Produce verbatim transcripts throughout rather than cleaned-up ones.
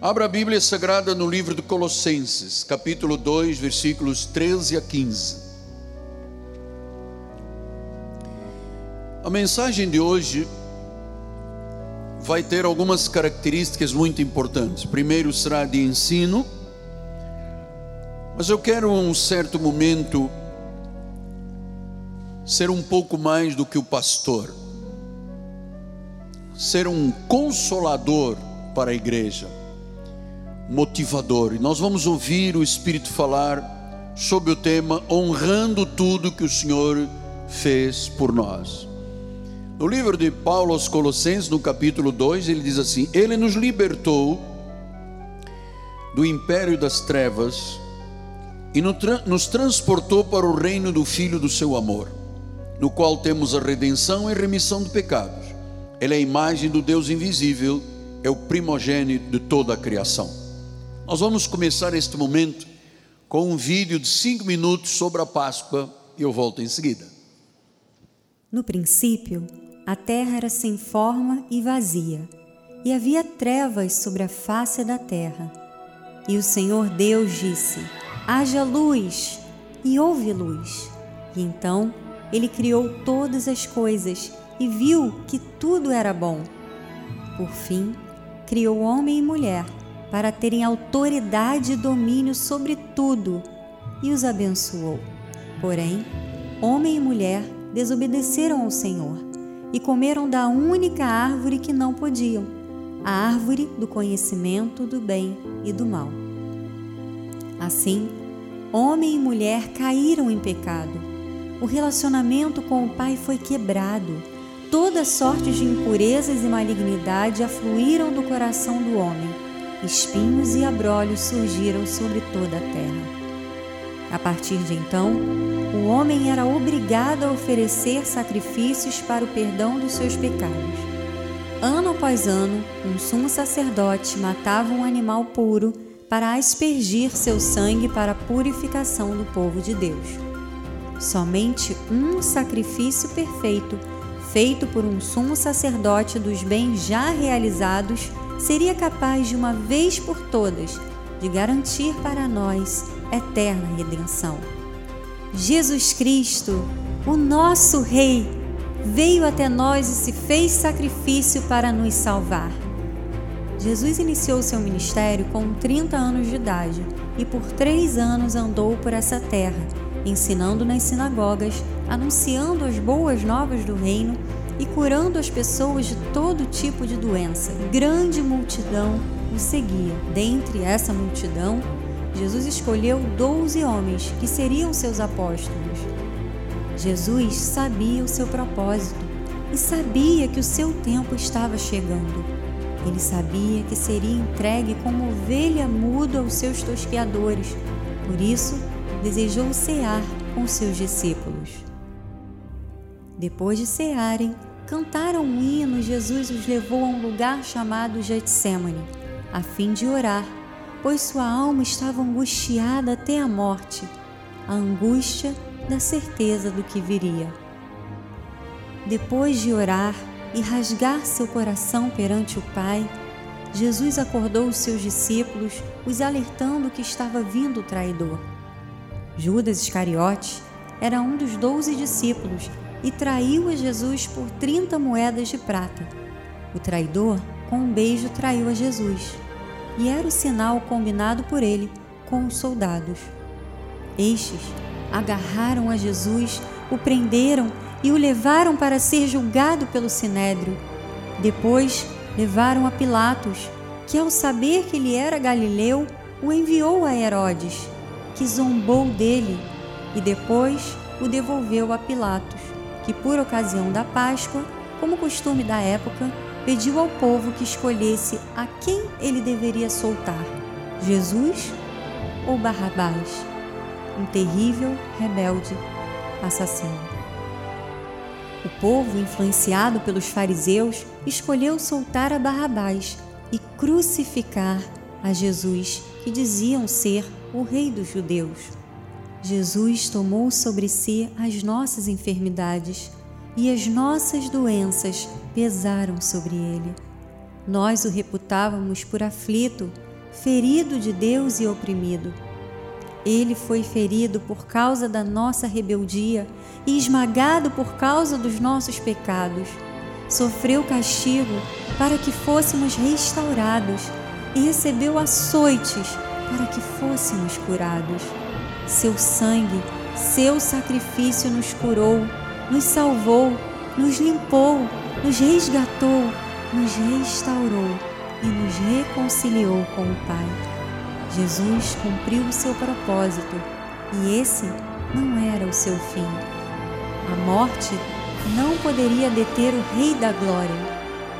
Abra a Bíblia Sagrada no livro de Colossenses, capítulo dois, versículos treze a quinze. A mensagem de hoje vai ter algumas características muito importantes. Primeiro será de ensino, mas eu quero em um certo momento ser um pouco mais do que o pastor, ser um consolador para a igreja, motivador. E nós vamos ouvir o Espírito falar sobre o tema honrando tudo que o Senhor fez por nós. No livro de Paulo aos Colossenses, no capítulo dois, ele diz assim: Ele nos libertou do império das trevas e nos transportou para o reino do Filho do seu amor, no qual temos a redenção e remissão de pecados. Ele é a imagem do Deus invisível, é o primogênito de toda a criação. Nós vamos começar este momento com um vídeo de cinco minutos sobre a Páscoa e eu volto em seguida. No princípio, a terra era sem forma e vazia, e havia trevas sobre a face da terra. E o Senhor Deus disse: haja luz, e houve luz. E então Ele criou todas as coisas, e viu que tudo era bom. Por fim, criou homem e mulher, para terem autoridade e domínio sobre tudo, e os abençoou. Porém, homem e mulher desobedeceram ao Senhor, e comeram da única árvore que não podiam, a árvore do conhecimento do bem e do mal. Assim, homem e mulher caíram em pecado. O relacionamento com o Pai foi quebrado. Toda sorte de impurezas e malignidade afluíram do coração do homem. Espinhos e abrolhos surgiram sobre toda a terra. A partir de então, o homem era obrigado a oferecer sacrifícios para o perdão dos seus pecados. Ano após ano, um sumo sacerdote matava um animal puro para aspergir seu sangue para a purificação do povo de Deus. Somente um sacrifício perfeito, feito por um sumo sacerdote dos bens já realizados, seria capaz de uma vez por todas de garantir para nós eterna redenção. Jesus Cristo, o nosso Rei, veio até nós e se fez sacrifício para nos salvar. Jesus iniciou seu ministério com trinta anos de idade e por três anos andou por essa terra, ensinando nas sinagogas, anunciando as boas novas do reino e curando as pessoas de todo tipo de doença. Grande multidão o seguia. Dentre essa multidão, Jesus escolheu doze homens que seriam seus apóstolos. Jesus sabia o seu propósito e sabia que o seu tempo estava chegando. Ele sabia que seria entregue como ovelha muda aos seus tosqueadores. Por isso, desejou cear com seus discípulos. Depois de cearem, cantaram um hino e Jesus os levou a um lugar chamado Getsêmani, a fim de orar, pois sua alma estava angustiada até a morte, a angústia da certeza do que viria. Depois de orar e rasgar seu coração perante o Pai, Jesus acordou os seus discípulos, os alertando que estava vindo o traidor. Judas Iscariote era um dos doze discípulos e traiu a Jesus por trinta moedas de prata. O traidor, com um beijo, traiu a Jesus, e era o sinal combinado por ele com os soldados. Estes agarraram a Jesus, o prenderam e o levaram para ser julgado pelo Sinédrio. Depois levaram a Pilatos, que ao saber que ele era galileu, o enviou a Herodes, que zombou dele, e depois o devolveu a Pilatos, que por ocasião da Páscoa, como costume da época, pediu ao povo que escolhesse a quem ele deveria soltar, Jesus ou Barrabás, um terrível rebelde assassino. O povo, influenciado pelos fariseus, escolheu soltar a Barrabás e crucificar a Jesus, que diziam ser o rei dos judeus. Jesus tomou sobre si as nossas enfermidades e as nossas doenças pesaram sobre ele. Nós o reputávamos por aflito, ferido de Deus e oprimido. Ele foi ferido por causa da nossa rebeldia e esmagado por causa dos nossos pecados. Sofreu castigo para que fôssemos restaurados e recebeu açoites para que fôssemos curados. Seu sangue, seu sacrifício nos curou, nos salvou, nos limpou, nos resgatou, nos restaurou e nos reconciliou com o Pai. Jesus cumpriu o seu propósito e esse não era o seu fim. A morte não poderia deter o Rei da Glória.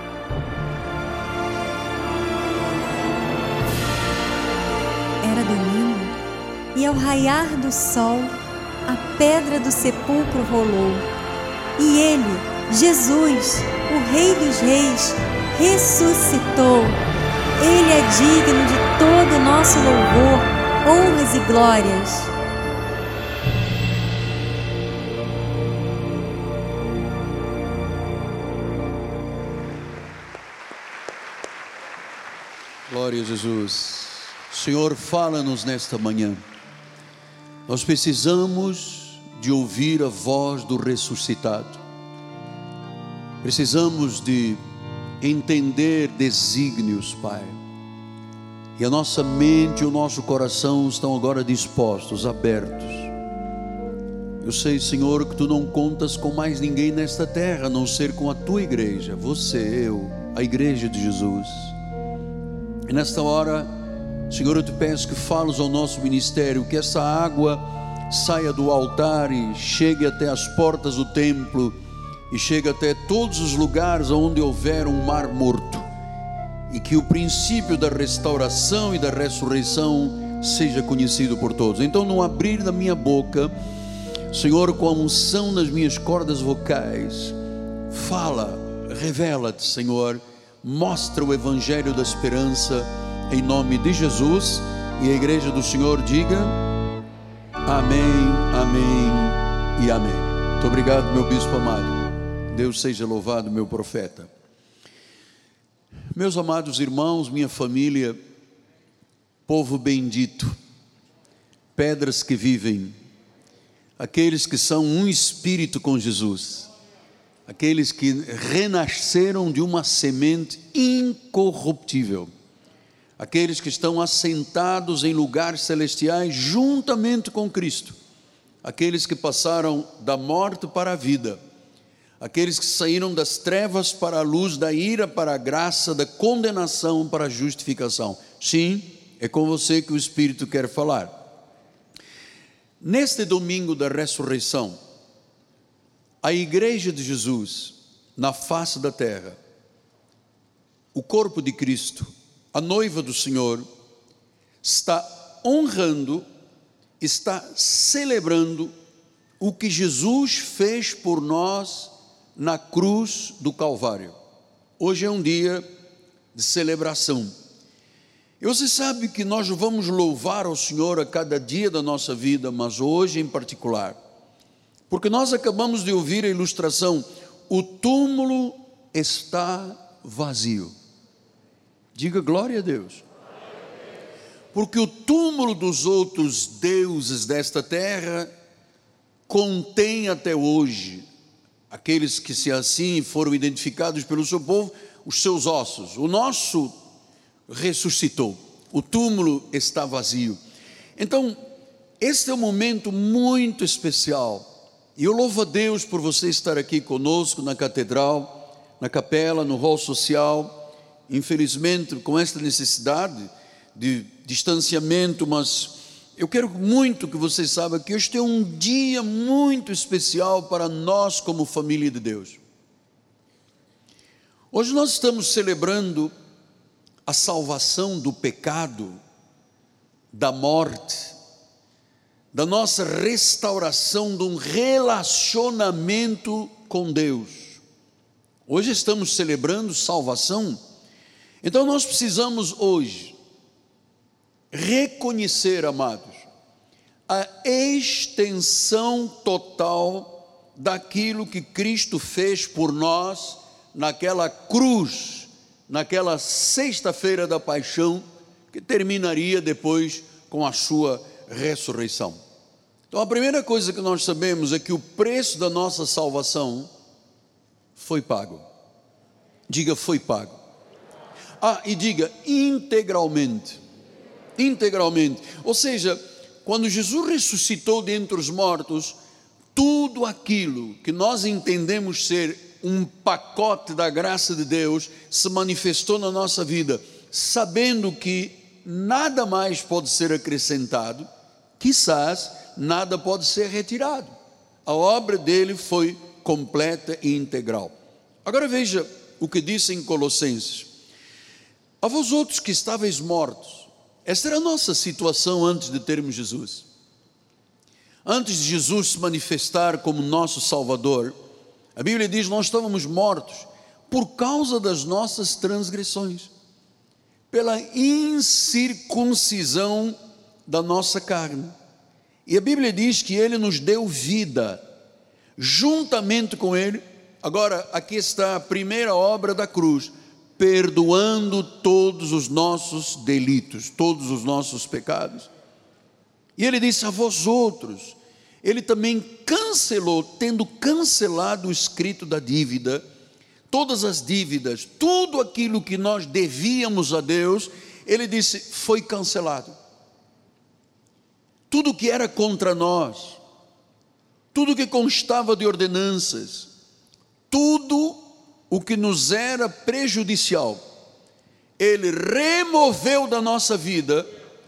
Era domingo e ao raiar do sol, a pedra do sepulcro rolou e ele, Jesus, o Rei dos Reis, ressuscitou. Ele é digno de todo o nosso louvor, honras e glórias. Glória a Jesus. Senhor, fala-nos nesta manhã. Nós precisamos de ouvir a voz do ressuscitado. Precisamos de entender desígnios, Pai. E a nossa mente e o nosso coração estão agora dispostos, abertos. Eu sei, Senhor, que Tu não contas com mais ninguém nesta terra, a não ser com a Tua igreja. Você, eu, a igreja de Jesus. E nesta hora, Senhor, eu Te peço que fales ao nosso ministério, que essa água saia do altar e chegue até as portas do templo, e chega até todos os lugares onde houver um mar morto, e que o princípio da restauração e da ressurreição seja conhecido por todos. Então, no abrir da minha boca, Senhor, com a unção nas minhas cordas vocais, fala, revela-te, Senhor, mostra o evangelho da esperança, em nome de Jesus. E a igreja do Senhor diga amém, amém e amém. Muito obrigado, meu bispo amado. Deus seja louvado, meu profeta. Meus amados irmãos, minha família, povo bendito, pedras que vivem, aqueles que são um espírito com Jesus, aqueles que renasceram de uma semente incorruptível, aqueles que estão assentados em lugares celestiais juntamente com Cristo, aqueles que passaram da morte para a vida, aqueles que saíram das trevas para a luz, da ira para a graça, da condenação para a justificação. Sim, é com você que o Espírito quer falar. Neste domingo da ressurreição, a igreja de Jesus, na face da terra, o corpo de Cristo, a noiva do Senhor, está honrando, está celebrando o que Jesus fez por nós na cruz do Calvário. Hoje é um dia de celebração. E você sabe que nós vamos louvar ao Senhor a cada dia da nossa vida, mas hoje em particular, porque nós acabamos de ouvir a ilustração, o túmulo está vazio. Diga glória a Deus. Porque o túmulo dos outros deuses desta terra contém até hoje, aqueles que se assim foram identificados pelo seu povo, os seus ossos. O nosso ressuscitou, o túmulo está vazio. Então, este é um momento muito especial, e eu louvo a Deus por você estar aqui conosco na catedral, na capela, no hall social. Infelizmente, com esta necessidade de distanciamento, mas eu quero muito que você saiba que este é um dia muito especial para nós como família de Deus. Hoje nós estamos celebrando a salvação do pecado, da morte, da nossa restauração de um relacionamento com Deus. Hoje estamos celebrando salvação. Então nós precisamos hoje reconhecer, amados, a extensão total daquilo que Cristo fez por nós naquela cruz, naquela sexta-feira da paixão, que terminaria depois com a sua ressurreição. Então a primeira coisa que nós sabemos é que o preço da nossa salvação foi pago. Diga, foi pago. Ah, e diga, integralmente. Integralmente. Ou seja, quando Jesus ressuscitou dentre os mortos, tudo aquilo que nós entendemos ser um pacote da graça de Deus se manifestou na nossa vida, sabendo que nada mais pode ser acrescentado, quizás nada pode ser retirado. A obra dele foi completa e integral. Agora veja o que diz em Colossenses: a vós outros que estáveis mortos. Esta era a nossa situação antes de termos Jesus. Antes de Jesus se manifestar como nosso Salvador, a Bíblia diz: nós estávamos mortos por causa das nossas transgressões, pela incircuncisão da nossa carne. E a Bíblia diz que Ele nos deu vida, juntamente com Ele. Agora, aqui está a primeira obra da cruz, perdoando todos os nossos delitos, todos os nossos pecados. E Ele disse: a vós outros. Ele também cancelou, tendo cancelado o escrito da dívida, todas as dívidas, tudo aquilo que nós devíamos a Deus, Ele disse, foi cancelado. Tudo que era contra nós, tudo que constava de ordenanças, tudo o que nos era prejudicial, Ele removeu da nossa vida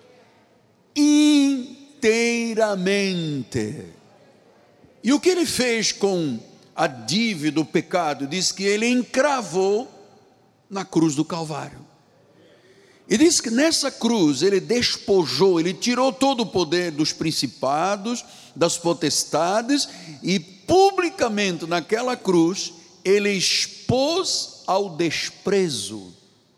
inteiramente. E o que Ele fez com a dívida, o pecado? Diz que Ele encravou na cruz do Calvário. E diz que nessa cruz Ele despojou, Ele tirou todo o poder dos principados, das potestades, e publicamente naquela cruz Ele expôs ao desprezo.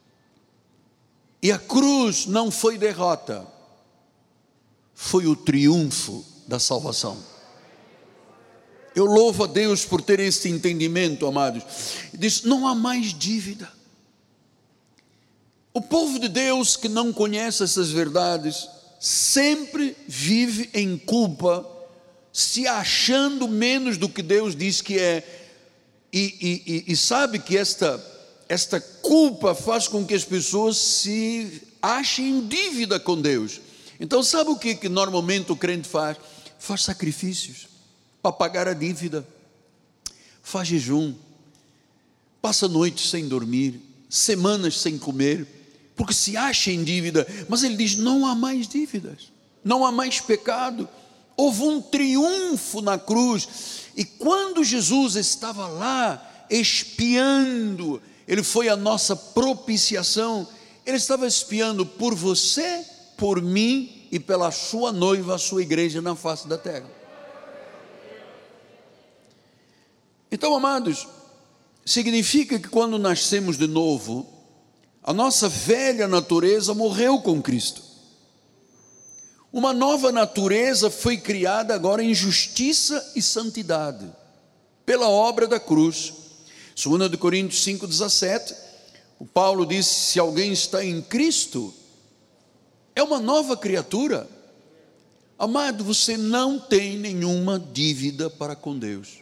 E a cruz não foi derrota, foi o triunfo da salvação. Eu louvo a Deus por ter esse entendimento, amados. Diz, não há mais dívida. O povo de Deus que não conhece essas verdades, sempre vive em culpa, se achando menos do que Deus diz que é, e, e, e sabe que esta, esta culpa faz com que as pessoas se achem em dívida com Deus. Então sabe o que, que normalmente o crente faz? Faz sacrifícios para pagar a dívida, faz jejum, passa noites sem dormir, semanas sem comer, porque se acha em dívida. Mas ele diz, não há mais dívidas, não há mais pecado. Houve um triunfo na cruz. E quando Jesus estava lá expiando, Ele foi a nossa propiciação. Ele estava expiando por você, por mim e pela sua noiva, a sua igreja na face da terra. Então, amados, significa que quando nascemos de novo, a nossa velha natureza morreu com Cristo. Uma nova natureza foi criada agora em justiça e santidade, pela obra da cruz. Segunda de Coríntios cinco, dezessete, o Paulo diz, se alguém está em Cristo, é uma nova criatura. Amado, você não tem nenhuma dívida para com Deus.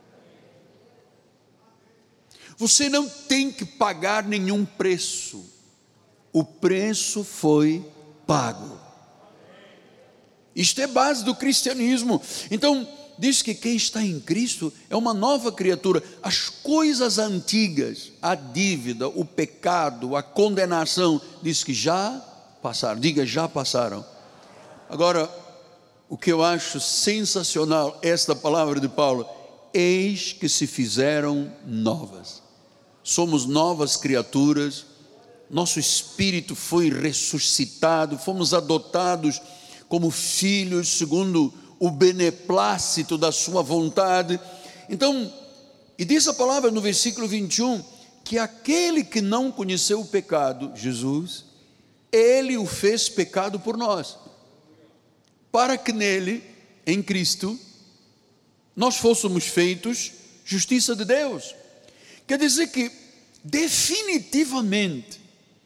Você não tem que pagar nenhum preço. O preço foi pago. Isto é base do cristianismo. Então, diz que quem está em Cristo é uma nova criatura. As coisas antigas, a dívida, o pecado, a condenação, diz que já passaram. Diga, já passaram. Agora, o que eu acho sensacional, esta palavra de Paulo, eis que se fizeram novas. Somos novas criaturas, nosso espírito foi ressuscitado, fomos adotados como filhos, segundo o beneplácito da sua vontade. Então, e diz a palavra no versículo vinte e um, que aquele que não conheceu o pecado, Jesus, Ele o fez pecado por nós, para que nele, em Cristo, nós fôssemos feitos justiça de Deus. Quer dizer que definitivamente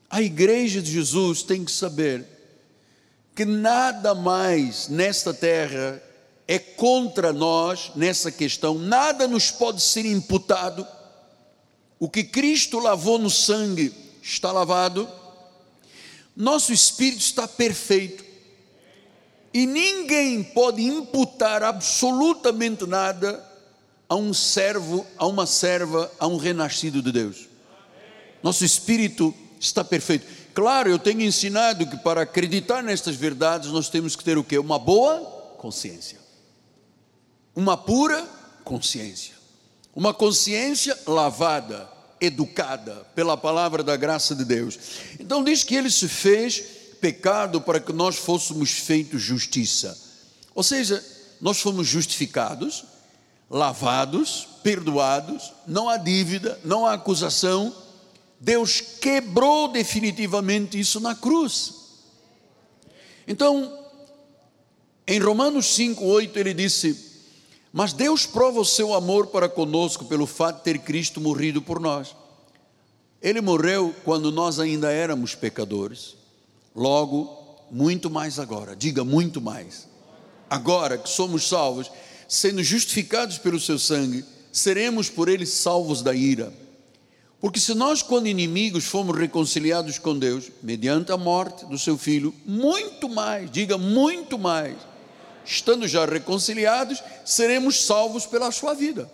A igreja de Jesus tem que saber que nada mais nesta terra é contra nós nessa questão, nada nos pode ser imputado. O que Cristo lavou no sangue está lavado, nosso espírito está perfeito, e ninguém pode imputar absolutamente nada a um servo, a uma serva, a um renascido de Deus. Nosso espírito está perfeito. Claro, eu tenho ensinado que para acreditar nestas verdades nós temos que ter o quê? Uma boa consciência, uma pura consciência, uma consciência lavada, educada pela palavra da graça de Deus. Então diz que ele se fez pecado para que nós fôssemos feitos justiça, ou seja, nós fomos justificados, lavados, perdoados, não há dívida, não há acusação. Deus quebrou definitivamente isso na cruz. Então, em Romanos cinco, oito, ele disse: mas Deus prova o seu amor para conosco pelo fato de ter Cristo morrido por nós. Ele morreu quando nós ainda éramos pecadores, logo, muito mais agora, diga muito mais, agora que somos salvos, sendo justificados pelo seu sangue, seremos por ele salvos da ira. Porque se nós, quando inimigos, fomos reconciliados com Deus, mediante a morte do seu Filho, muito mais, diga muito mais, estando já reconciliados, seremos salvos pela sua vida.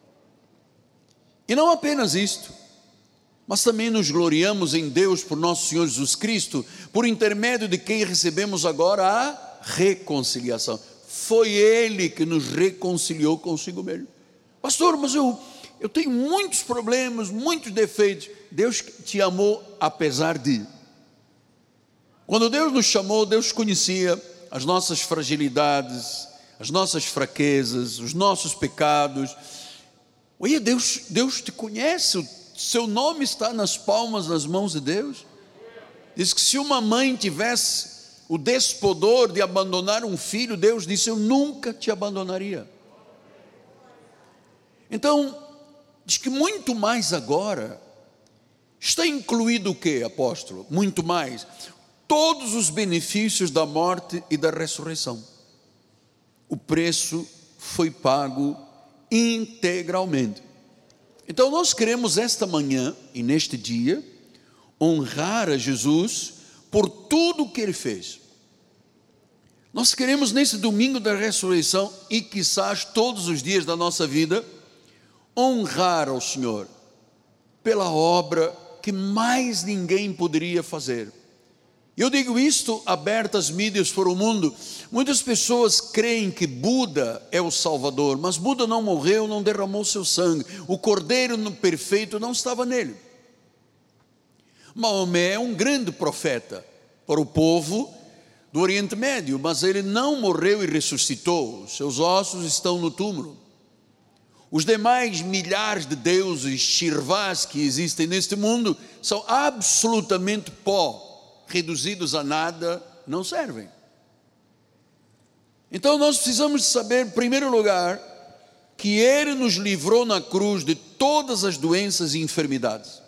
E não apenas isto, mas também nos gloriamos em Deus por nosso Senhor Jesus Cristo, por intermédio de quem recebemos agora a reconciliação. Foi Ele que nos reconciliou consigo mesmo. Pastor, mas eu, eu tenho muitos problemas, muitos defeitos. Deus te amou apesar de. Quando Deus nos chamou, Deus conhecia as nossas fragilidades, as nossas fraquezas, os nossos pecados. Olha, Deus, Deus te conhece, o seu nome está nas palmas das mãos de Deus. Diz que se uma mãe tivesse o despudor de abandonar um filho, Deus disse: eu nunca te abandonaria. Então, diz que muito mais agora, está incluído o que, apóstolo? Muito mais, todos os benefícios da morte e da ressurreição. O preço foi pago integralmente. Então nós queremos esta manhã e neste dia honrar a Jesus por tudo o que Ele fez. Nós queremos nesse domingo da ressurreição e quizás todos os dias da nossa vida honrar ao Senhor pela obra que mais ninguém poderia fazer. Eu digo isto aberto às mídias por o mundo. Muitas pessoas creem que Buda é o Salvador, mas Buda não morreu, não derramou seu sangue, o Cordeiro perfeito não estava nele. Maomé é um grande profeta para o povo do Oriente Médio, mas ele não morreu e ressuscitou, seus ossos estão no túmulo. Os demais milhares de deuses Shirvás que existem neste mundo são absolutamente pó, reduzidos a nada, não servem. Então nós precisamos saber, em primeiro lugar, que Ele nos livrou na cruz de todas as doenças e enfermidades.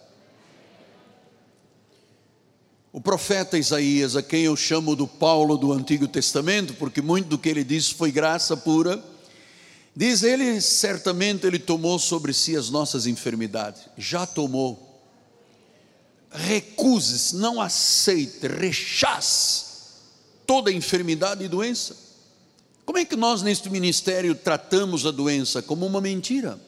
O profeta Isaías, a quem eu chamo do Paulo do Antigo Testamento, porque muito do que ele disse foi graça pura, diz ele, certamente ele tomou sobre si as nossas enfermidades, já tomou. Recuse-se, não aceite, rechace toda enfermidade e doença. Como é que nós neste ministério tratamos a doença? Como uma mentira.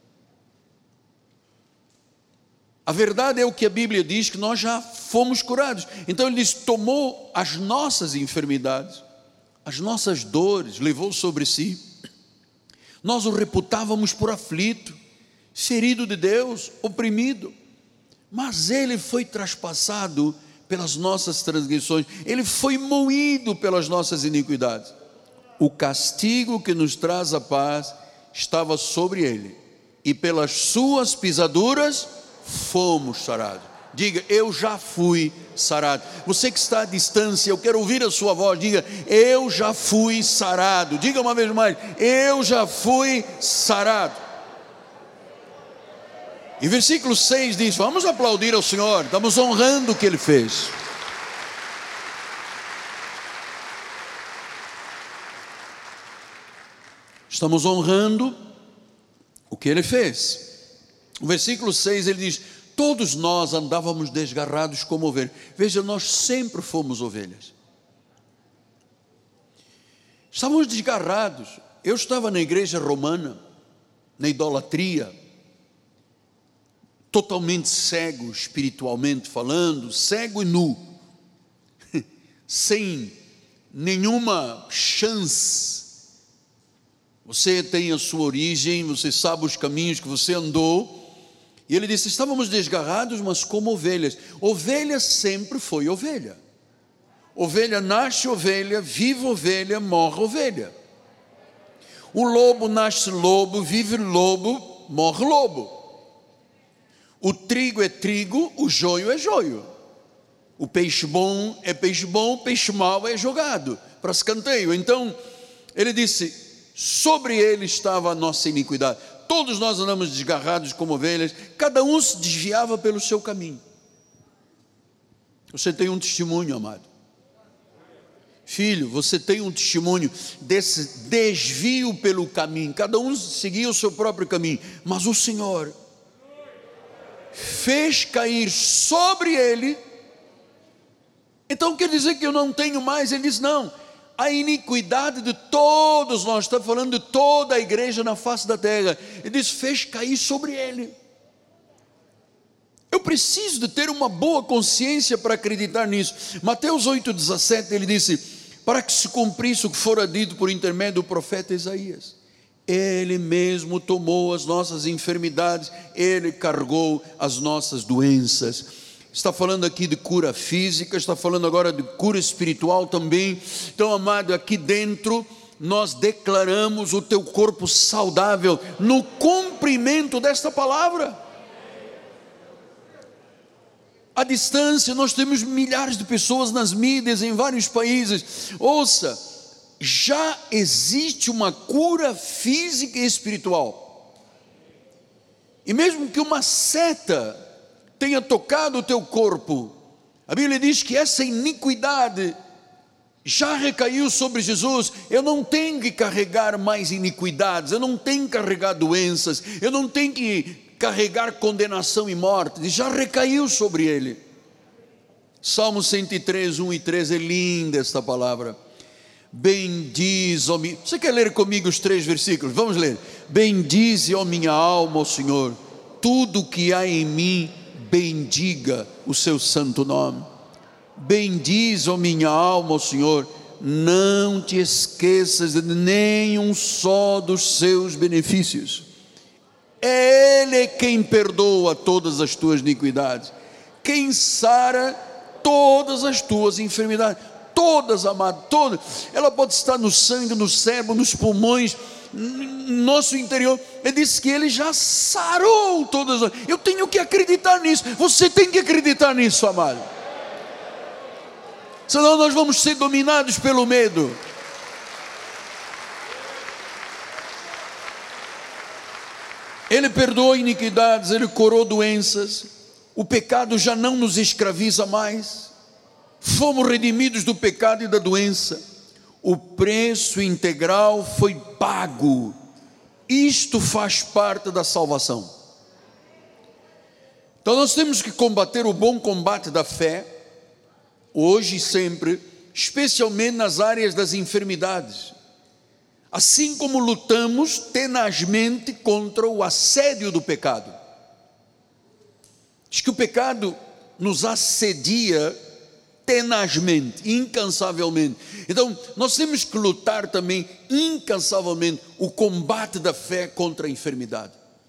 A verdade é o que a Bíblia diz, que nós já fomos curados. Então ele diz, tomou as nossas enfermidades, as nossas dores, levou sobre si. Nós o reputávamos por aflito, ferido de Deus, oprimido. Mas ele foi traspassado pelas nossas transgressões, ele foi moído pelas nossas iniquidades. O castigo que nos traz a paz estava sobre ele, e pelas suas pisaduras fomos sarados. Diga, eu já fui sarado. Você que está à distância, eu quero ouvir a sua voz. Diga, eu já fui sarado. Diga uma vez mais, eu já fui sarado. E versículo seis diz: vamos aplaudir ao Senhor, estamos honrando o que Ele fez. Estamos honrando o que Ele fez. O versículo seis ele diz: todos nós andávamos desgarrados como ovelhas. Veja, nós sempre fomos ovelhas. Estávamos desgarrados. Eu estava na igreja romana, na idolatria, totalmente cego, espiritualmente falando, cego e nu, sem nenhuma chance. Você tem a sua origem, você sabe os caminhos que você andou. E ele disse: estávamos desgarrados, mas como ovelhas. Ovelha sempre foi ovelha. Ovelha nasce ovelha, vive ovelha, morre ovelha. O lobo nasce lobo, vive lobo, morre lobo. O trigo é trigo, o joio é joio. O peixe bom é peixe bom, o peixe mau é jogado para escanteio. Então, ele disse: sobre ele estava a nossa iniquidade. Todos nós andamos desgarrados como ovelhas, cada um se desviava pelo seu caminho. Você tem um testemunho, amado. Filho, você tem um testemunho desse desvio pelo caminho. Cada um seguia o seu próprio caminho, mas o Senhor fez cair sobre ele. Então quer dizer que eu não tenho mais? Ele diz: não, a iniquidade de todos nós, está falando de toda a igreja na face da terra. Ele diz: fez cair sobre ele. Eu preciso de ter uma boa consciência para acreditar nisso. Mateus oito, dezessete, ele disse: para que se cumprisse o que fora dito por intermédio do profeta Isaías. Ele mesmo tomou as nossas enfermidades, Ele carregou as nossas doenças. Está falando aqui de cura física, está falando agora de cura espiritual também. Então, amado, aqui dentro nós declaramos o teu corpo saudável no cumprimento desta palavra. À distância, nós temos milhares de pessoas nas mídias em vários países. Ouça, já existe uma cura física e espiritual. E mesmo que uma seta tenha tocado o teu corpo, a Bíblia diz que essa iniquidade já recaiu sobre Jesus. Eu não tenho que carregar mais iniquidades, eu não tenho que carregar doenças, eu não tenho que carregar condenação e morte, já recaiu sobre ele. Salmo cento e três, um e três, é linda esta palavra. Bendize, ó minha... Você quer ler comigo os três versículos? Vamos ler. Bendize, ó minha alma, ó Senhor, tudo que há em mim, bendiga o seu santo nome. Bendize, ó minha alma, ó Senhor, não te esqueças de nenhum só dos seus benefícios. É Ele quem perdoa todas as tuas iniquidades, quem sara todas as tuas enfermidades. Todas, amado, todas. Ela pode estar no sangue, no cérebro, nos pulmões, no nosso interior. Ele disse que Ele já sarou todas. Eu tenho que acreditar nisso. Você tem que acreditar nisso, amado. Senão nós vamos ser dominados pelo medo. Ele perdoou iniquidades, Ele curou doenças. O pecado já não nos escraviza mais. Fomos redimidos do pecado e da doença. O preço integral foi pago. Isto faz parte da salvação. Então nós temos que combater o bom combate da fé, hoje e sempre, especialmente nas áreas das enfermidades. Assim como lutamos tenazmente contra o assédio do pecado. Diz que o pecado nos assedia tenazmente, incansavelmente. Então nós temos que lutar também incansavelmente o combate da fé contra a enfermidade.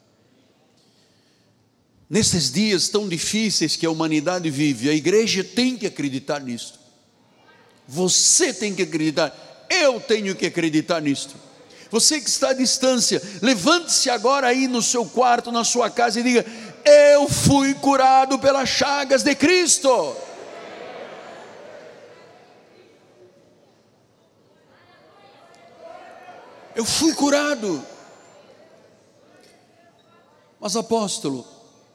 Nesses dias tão difíceis que a humanidade vive, a igreja tem que acreditar nisso. Você tem que acreditar. Eu tenho que acreditar nisto. Você que está à distância, levante-se agora aí no seu quarto, na sua casa e diga: eu fui curado pelas chagas de Cristo. Eu fui curado. Mas apóstolo,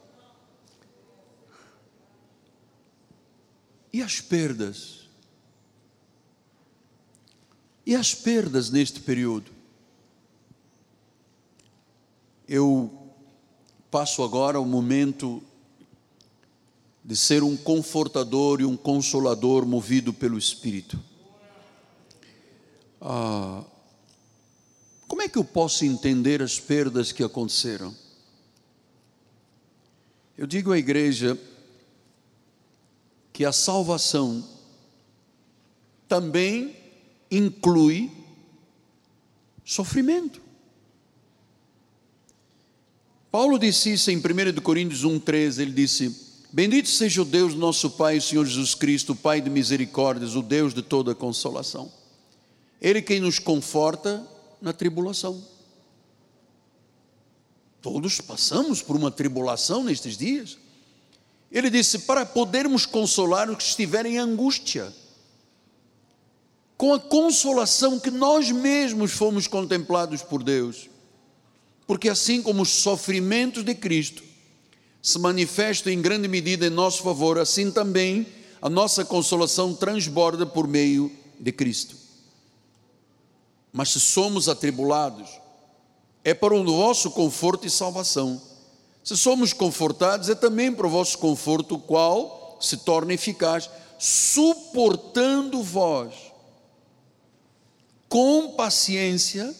as perdas? E as perdas neste período? Eu passo agora o momento de ser um confortador e um consolador movido pelo Espírito. Ah, como é que eu posso entender as perdas que aconteceram? Eu digo à igreja que a salvação também inclui sofrimento. Paulo disse isso em primeira Coríntios um, treze, ele disse: bendito seja o Deus nosso Pai, o Senhor Jesus Cristo, o Pai de misericórdias, o Deus de toda consolação. Ele quem nos conforta na tribulação. Todos passamos por uma tribulação nestes dias. Ele disse, para podermos consolar os que estiverem em angústia, com a consolação que nós mesmos fomos contemplados por Deus. Porque assim como os sofrimentos de Cristo se manifestam em grande medida em nosso favor, assim também a nossa consolação transborda por meio de Cristo. Mas se somos atribulados, é para o vosso conforto e salvação. Se somos confortados, é também para o vosso conforto, o qual se torna eficaz, suportando vós com paciência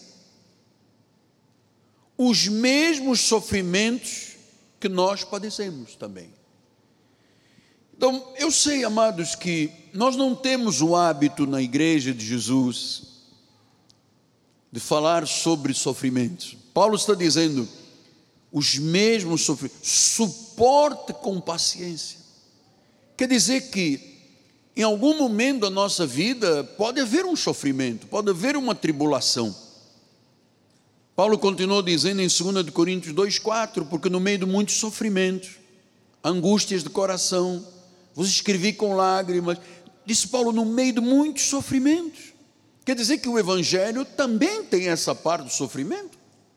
os mesmos sofrimentos que nós padecemos também. Então, eu sei, amados, que nós não temos o hábito na igreja de Jesus de falar sobre sofrimentos. Paulo está dizendo, os mesmos sofrimentos, suporte com paciência. Quer dizer que em algum momento da nossa vida pode haver um sofrimento, pode haver uma tribulação. Paulo continuou dizendo em dois Coríntios dois, quatro, porque no meio de muitos sofrimentos, angústias de coração, vos escrevi com lágrimas, disse Paulo, no meio de muitos sofrimentos. Quer dizer que o Evangelho também tem essa parte do sofrimento.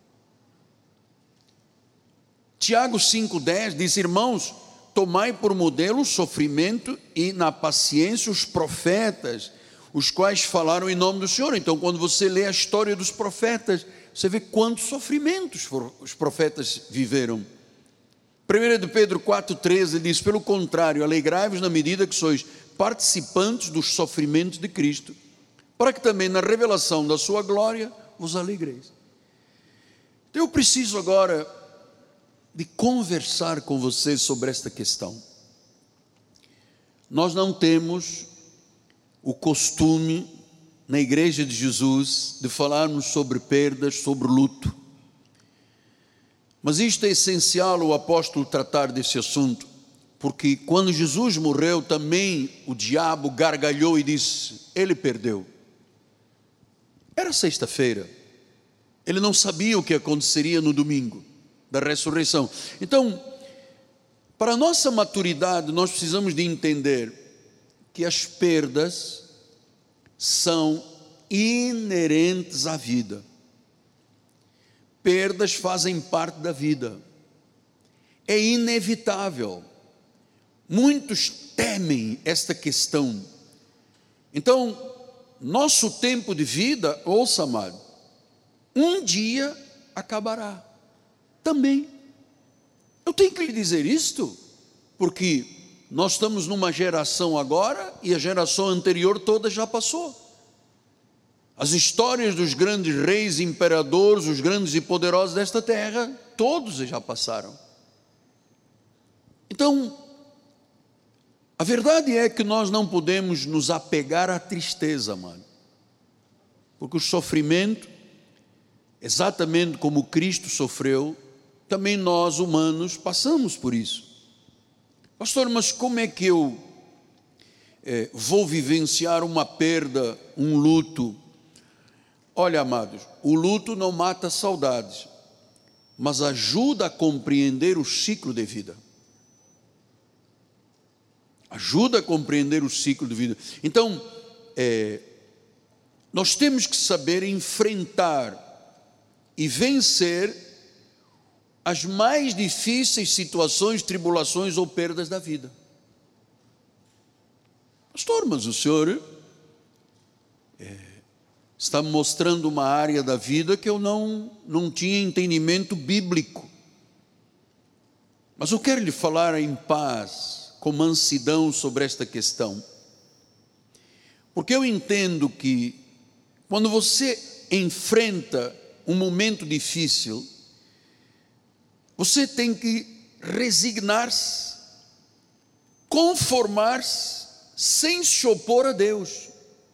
Tiago cinco, dez diz, irmãos, tomai por modelo o sofrimento e na paciência os profetas, os quais falaram em nome do Senhor. Então, quando você lê a história dos profetas, você vê quantos sofrimentos os profetas viveram. primeira de Pedro quatro, treze diz, pelo contrário, alegrai-vos na medida que sois participantes dos sofrimentos de Cristo, para que também na revelação da sua glória vos alegreis. Então eu preciso agora de conversar com vocês sobre esta questão. Nós não temos o costume na igreja de Jesus de falarmos sobre perdas, sobre luto. Mas isto é essencial o apóstolo tratar desse assunto, porque quando Jesus morreu também o diabo gargalhou e disse, ele perdeu. Era sexta-feira, ele não sabia o que aconteceria no domingo da ressurreição. Então, para a nossa maturidade, nós precisamos de entender que as perdas são inerentes à vida. Perdas fazem parte da vida. É inevitável. Muitos temem esta questão. Então, nosso tempo de vida, ouça, amado, um dia acabará. Também. Eu tenho que lhe dizer isto, porque nós estamos numa geração agora e a geração anterior toda já passou. As histórias dos grandes reis, imperadores, os grandes e poderosos desta terra, todos já passaram. Então, a verdade é que nós não podemos nos apegar à tristeza, mano, porque o sofrimento, exatamente como Cristo sofreu, também nós humanos passamos por isso. Pastor, mas como é que eu é, vou vivenciar uma perda, um luto? Olha, amados, o luto não mata saudades, mas ajuda a compreender o ciclo de vida. Ajuda a compreender o ciclo de vida. Então, é, nós temos que saber enfrentar e vencer as mais difíceis situações, tribulações ou perdas da vida. Pastor, mas o senhor é, está mostrando uma área da vida que eu não, não tinha entendimento bíblico. Mas eu quero lhe falar em paz, com mansidão sobre esta questão. Porque eu entendo que quando você enfrenta um momento difícil, você tem que resignar-se, conformar-se, sem se opor a Deus,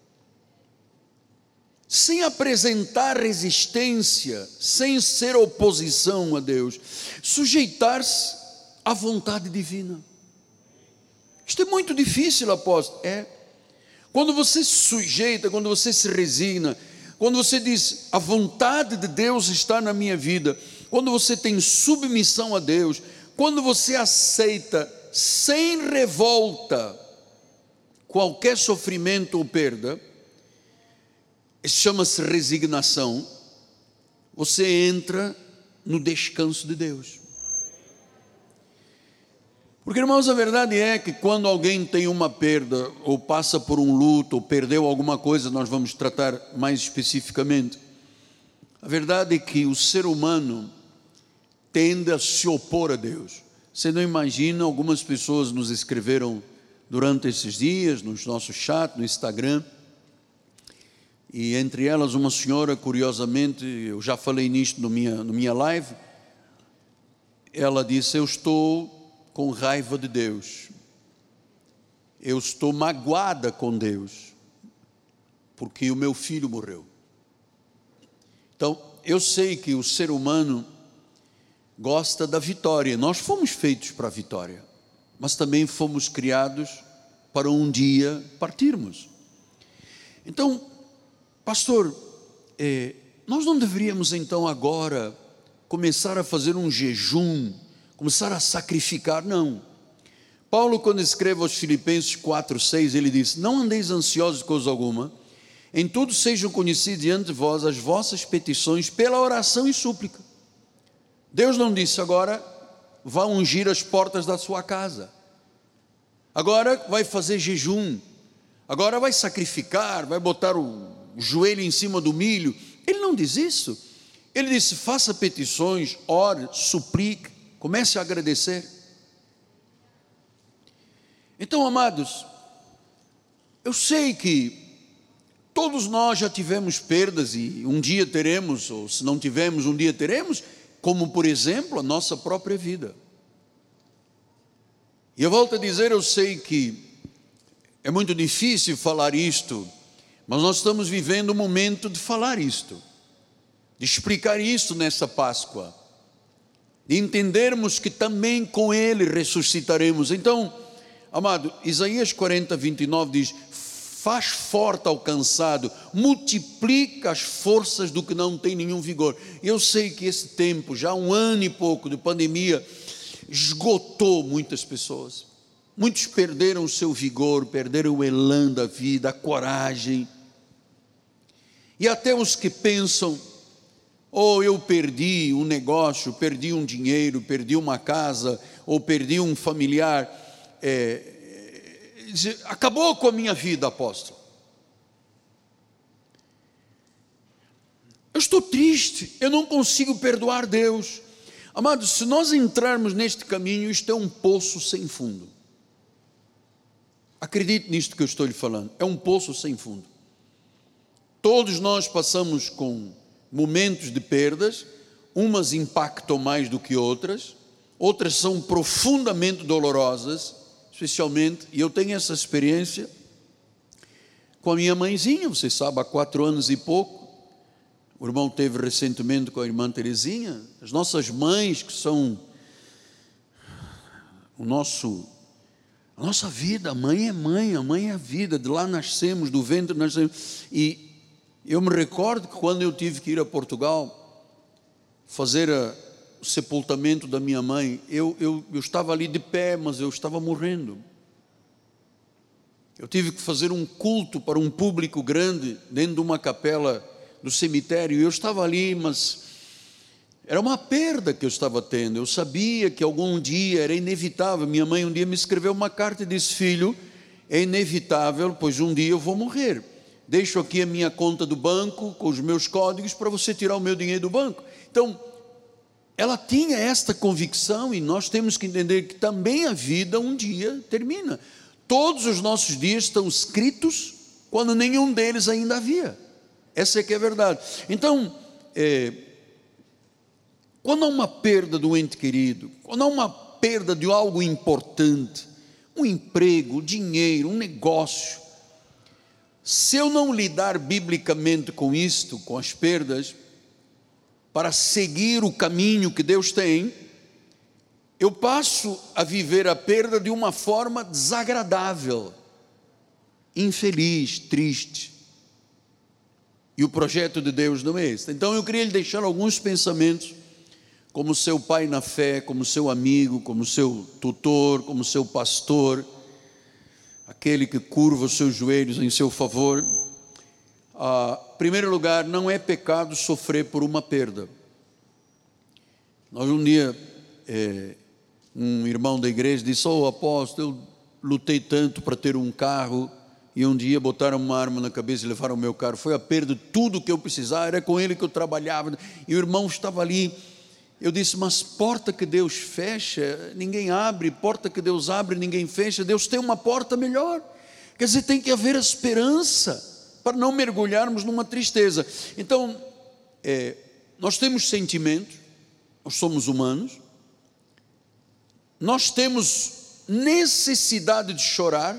sem apresentar resistência, sem ser oposição a Deus, sujeitar-se à vontade divina. Isto é muito difícil, apóstolo. É. Quando você se sujeita, quando você se resigna, quando você diz, a vontade de Deus está na minha vida, quando você tem submissão a Deus, quando você aceita sem revolta qualquer sofrimento ou perda, isso chama-se resignação, você entra no descanso de Deus. Porque, irmãos, a verdade é que quando alguém tem uma perda, ou passa por um luto, ou perdeu alguma coisa, nós vamos tratar mais especificamente. A verdade é que o ser humano tende a se opor a Deus. Você não imagina, algumas pessoas nos escreveram durante esses dias, nos nossos chats, no Instagram, e entre elas uma senhora, curiosamente, eu já falei nisto no minha, no minha live, ela disse, eu estou com raiva de Deus, eu estou magoada com Deus, porque o meu filho morreu. Então, eu sei que o ser humano gosta da vitória, nós fomos feitos para a vitória, mas também fomos criados para um dia partirmos. Então, pastor, eh, nós não deveríamos então agora começar a fazer um jejum, começar a sacrificar? Não. Paulo, quando escreve aos Filipenses quatro, seis, ele diz, não andeis ansiosos de coisa alguma, em tudo sejam conhecidos diante de vós as vossas petições pela oração e súplica. Deus não disse agora, vá ungir as portas da sua casa, agora vai fazer jejum, agora vai sacrificar, vai botar o joelho em cima do milho. Ele não diz isso. Ele disse, faça petições, ore, suplique, comece a agradecer. Então, amados, eu sei que todos nós já tivemos perdas e um dia teremos, ou se não tivemos, um dia teremos, como por exemplo a nossa própria vida. E eu volto a dizer, eu sei que é muito difícil falar isto, mas nós estamos vivendo um momento de falar isto, de explicar isto nessa Páscoa, de entendermos que também com Ele ressuscitaremos. Então, amado, Isaías quarenta, vinte e nove diz, faz forte ao cansado, multiplica as forças do que não tem nenhum vigor. Eu sei que esse tempo, já um ano e pouco de pandemia, esgotou muitas pessoas. Muitos perderam o seu vigor, perderam o elan da vida, a coragem. E até os que pensam, ou eu perdi um negócio, perdi um dinheiro, perdi uma casa, ou perdi um familiar, é, acabou com a minha vida, apóstolo. Eu estou triste, eu não consigo perdoar Deus. Amados, se nós entrarmos neste caminho, isto é um poço sem fundo. Acredite nisto que eu estou lhe falando, é um poço sem fundo. Todos nós passamos com momentos de perdas, umas impactam mais do que outras, outras são profundamente dolorosas, especialmente, e eu tenho essa experiência com a minha mãezinha, você sabe, há quatro anos e pouco, o irmão teve recentemente com a irmã Terezinha, as nossas mães que são o nosso, a nossa vida, a mãe é mãe, a mãe é a vida, de lá nascemos, do ventre nascemos, e eu me recordo que quando eu tive que ir a Portugal, fazer a, o sepultamento da minha mãe, eu, eu, eu estava ali de pé, mas eu estava morrendo. Eu tive que fazer um culto para um público grande, dentro de uma capela do cemitério, e eu estava ali, mas era uma perda que eu estava tendo. Eu sabia que algum dia era inevitável. Minha mãe um dia me escreveu uma carta e disse, filho, é inevitável, pois um dia eu vou morrer. Deixo aqui a minha conta do banco, com os meus códigos, para você tirar o meu dinheiro do banco. Então, ela tinha esta convicção, e nós temos que entender que também a vida um dia termina. Todos os nossos dias estão escritos quando nenhum deles ainda havia. Essa é que é a verdade. Então, é, quando há uma perda do ente querido, quando há uma perda de algo importante, um emprego, dinheiro, um negócio, se eu não lidar biblicamente com isto, com as perdas, para seguir o caminho que Deus tem, eu passo a viver a perda de uma forma desagradável, infeliz, triste. E o projeto de Deus não é esse. Então eu queria lhe deixar alguns pensamentos, como seu pai na fé, como seu amigo, como seu tutor, como seu pastor, aquele que curva os seus joelhos em seu favor. Ah, em primeiro lugar, não é pecado sofrer por uma perda. Nós um dia, é, um irmão da igreja disse: oh apóstolo, eu lutei tanto para ter um carro, e um dia botaram uma arma na cabeça e levaram o meu carro. Foi a perda de tudo que eu precisava, era com ele que eu trabalhava, e o irmão estava ali. Eu disse: mas porta que Deus fecha, ninguém abre, porta que Deus abre, ninguém fecha. Deus tem uma porta melhor. Quer dizer, tem que haver esperança, para não mergulharmos numa tristeza. Então, é, nós temos sentimentos, nós somos humanos, nós temos necessidade de chorar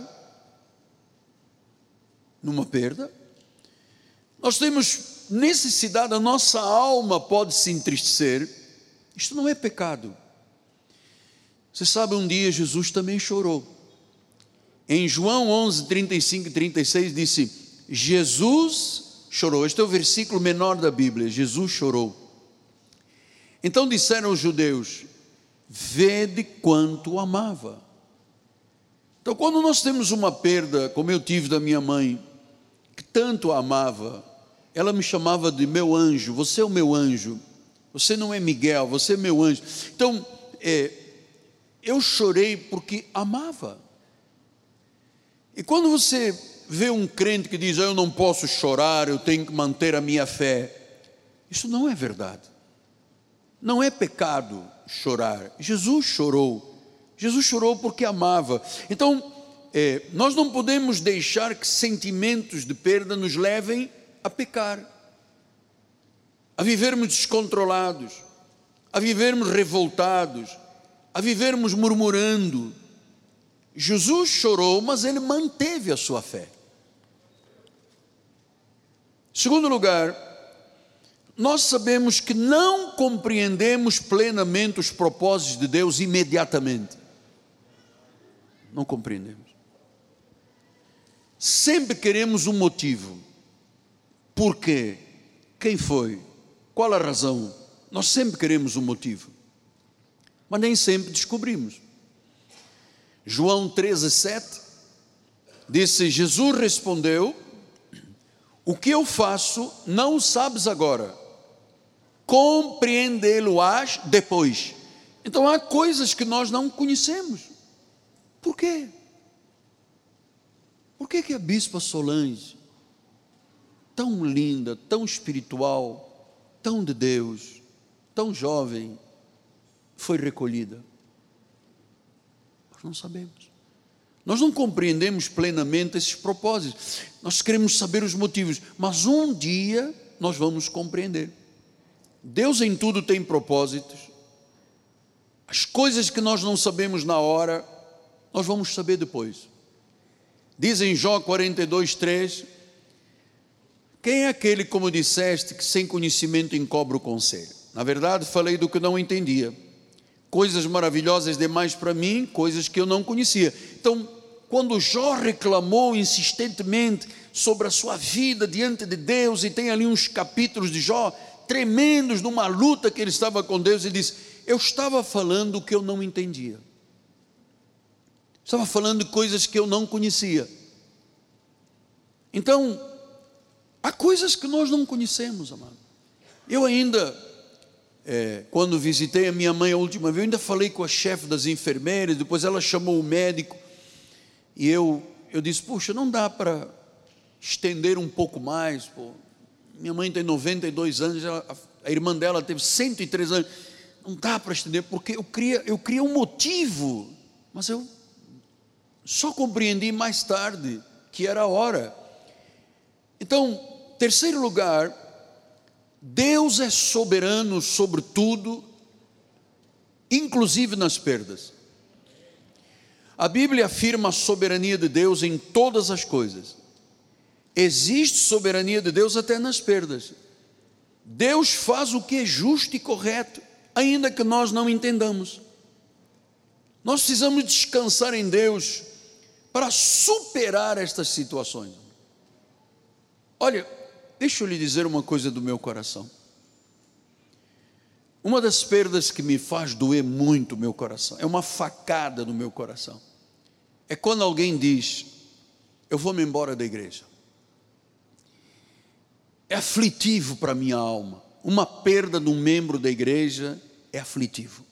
numa perda, nós temos necessidade, a nossa alma pode se entristecer. Isto não é pecado. Você sabe, um dia Jesus também chorou. Em João onze, trinta e cinco e trinta e seis disse: Jesus chorou. Este é o versículo menor da Bíblia. Jesus chorou. Então disseram os judeus: vede quanto o amava. Então, quando nós temos uma perda, como eu tive da minha mãe, que tanto a amava, ela me chamava de meu anjo. Você é o meu anjo. Você não é Miguel, você é meu anjo. Então, é, eu chorei porque amava. E quando você vê um crente que diz: eu não posso chorar, eu tenho que manter a minha fé, isso não é verdade. Não é pecado chorar. Jesus chorou. Jesus chorou porque amava. Então, é, nós não podemos deixar que sentimentos de perda nos levem a pecar, a vivermos descontrolados, a vivermos revoltados, a vivermos murmurando. Jesus chorou, mas ele manteve a sua fé. Segundo lugar, nós sabemos que não compreendemos plenamente os propósitos de Deus imediatamente. Não compreendemos. Sempre queremos um motivo. Por quê? Quem foi? Qual a razão? Nós sempre queremos um motivo, mas nem sempre descobrimos. João treze, sete disse: Jesus respondeu: o que eu faço não sabes agora, compreendê-lo-ás depois. Então há coisas que nós não conhecemos. Por quê? Por que que a bispa Solange, tão linda, tão espiritual, tão de Deus, tão jovem, foi recolhida? Nós não sabemos. Nós não compreendemos plenamente esses propósitos. Nós queremos saber os motivos, mas um dia nós vamos compreender. Deus em tudo tem propósitos. As coisas que nós não sabemos na hora, nós vamos saber depois. Diz em Jó quarenta e dois, três: quem é aquele, como disseste, que sem conhecimento encobre o conselho? Na verdade, falei do que não entendia. Coisas maravilhosas demais para mim, coisas que eu não conhecia. Então, quando Jó reclamou insistentemente sobre a sua vida diante de Deus, e tem ali uns capítulos de Jó tremendos, numa luta que ele estava com Deus, ele disse: eu estava falando o que eu não entendia. Estava falando de coisas que eu não conhecia. Então, há coisas que nós não conhecemos, amado. Eu ainda, é, quando visitei a minha mãe a última vez, eu ainda falei com a chefe das enfermeiras, depois ela chamou o médico, e eu, eu disse, puxa, não dá para estender um pouco mais, pô. Minha mãe tem noventa e dois anos, ela, a irmã dela teve cento e três anos, não dá para estender, porque eu queria, eu queria um motivo, mas eu só compreendi mais tarde que era a hora. Então, terceiro lugar, Deus é soberano sobre tudo, inclusive nas perdas. A Bíblia afirma a soberania de Deus em todas as coisas. Existe soberania de Deus até nas perdas. Deus faz o que é justo e correto, ainda que nós não entendamos. Nós precisamos descansar em Deus para superar estas situações. Olha, deixa eu lhe dizer uma coisa do meu coração. Uma das perdas que me faz doer muito o meu coração, é uma facada no meu coração, é quando alguém diz, eu vou me embora da igreja. É aflitivo para a minha alma. Uma perda de um membro da igreja é aflitivo.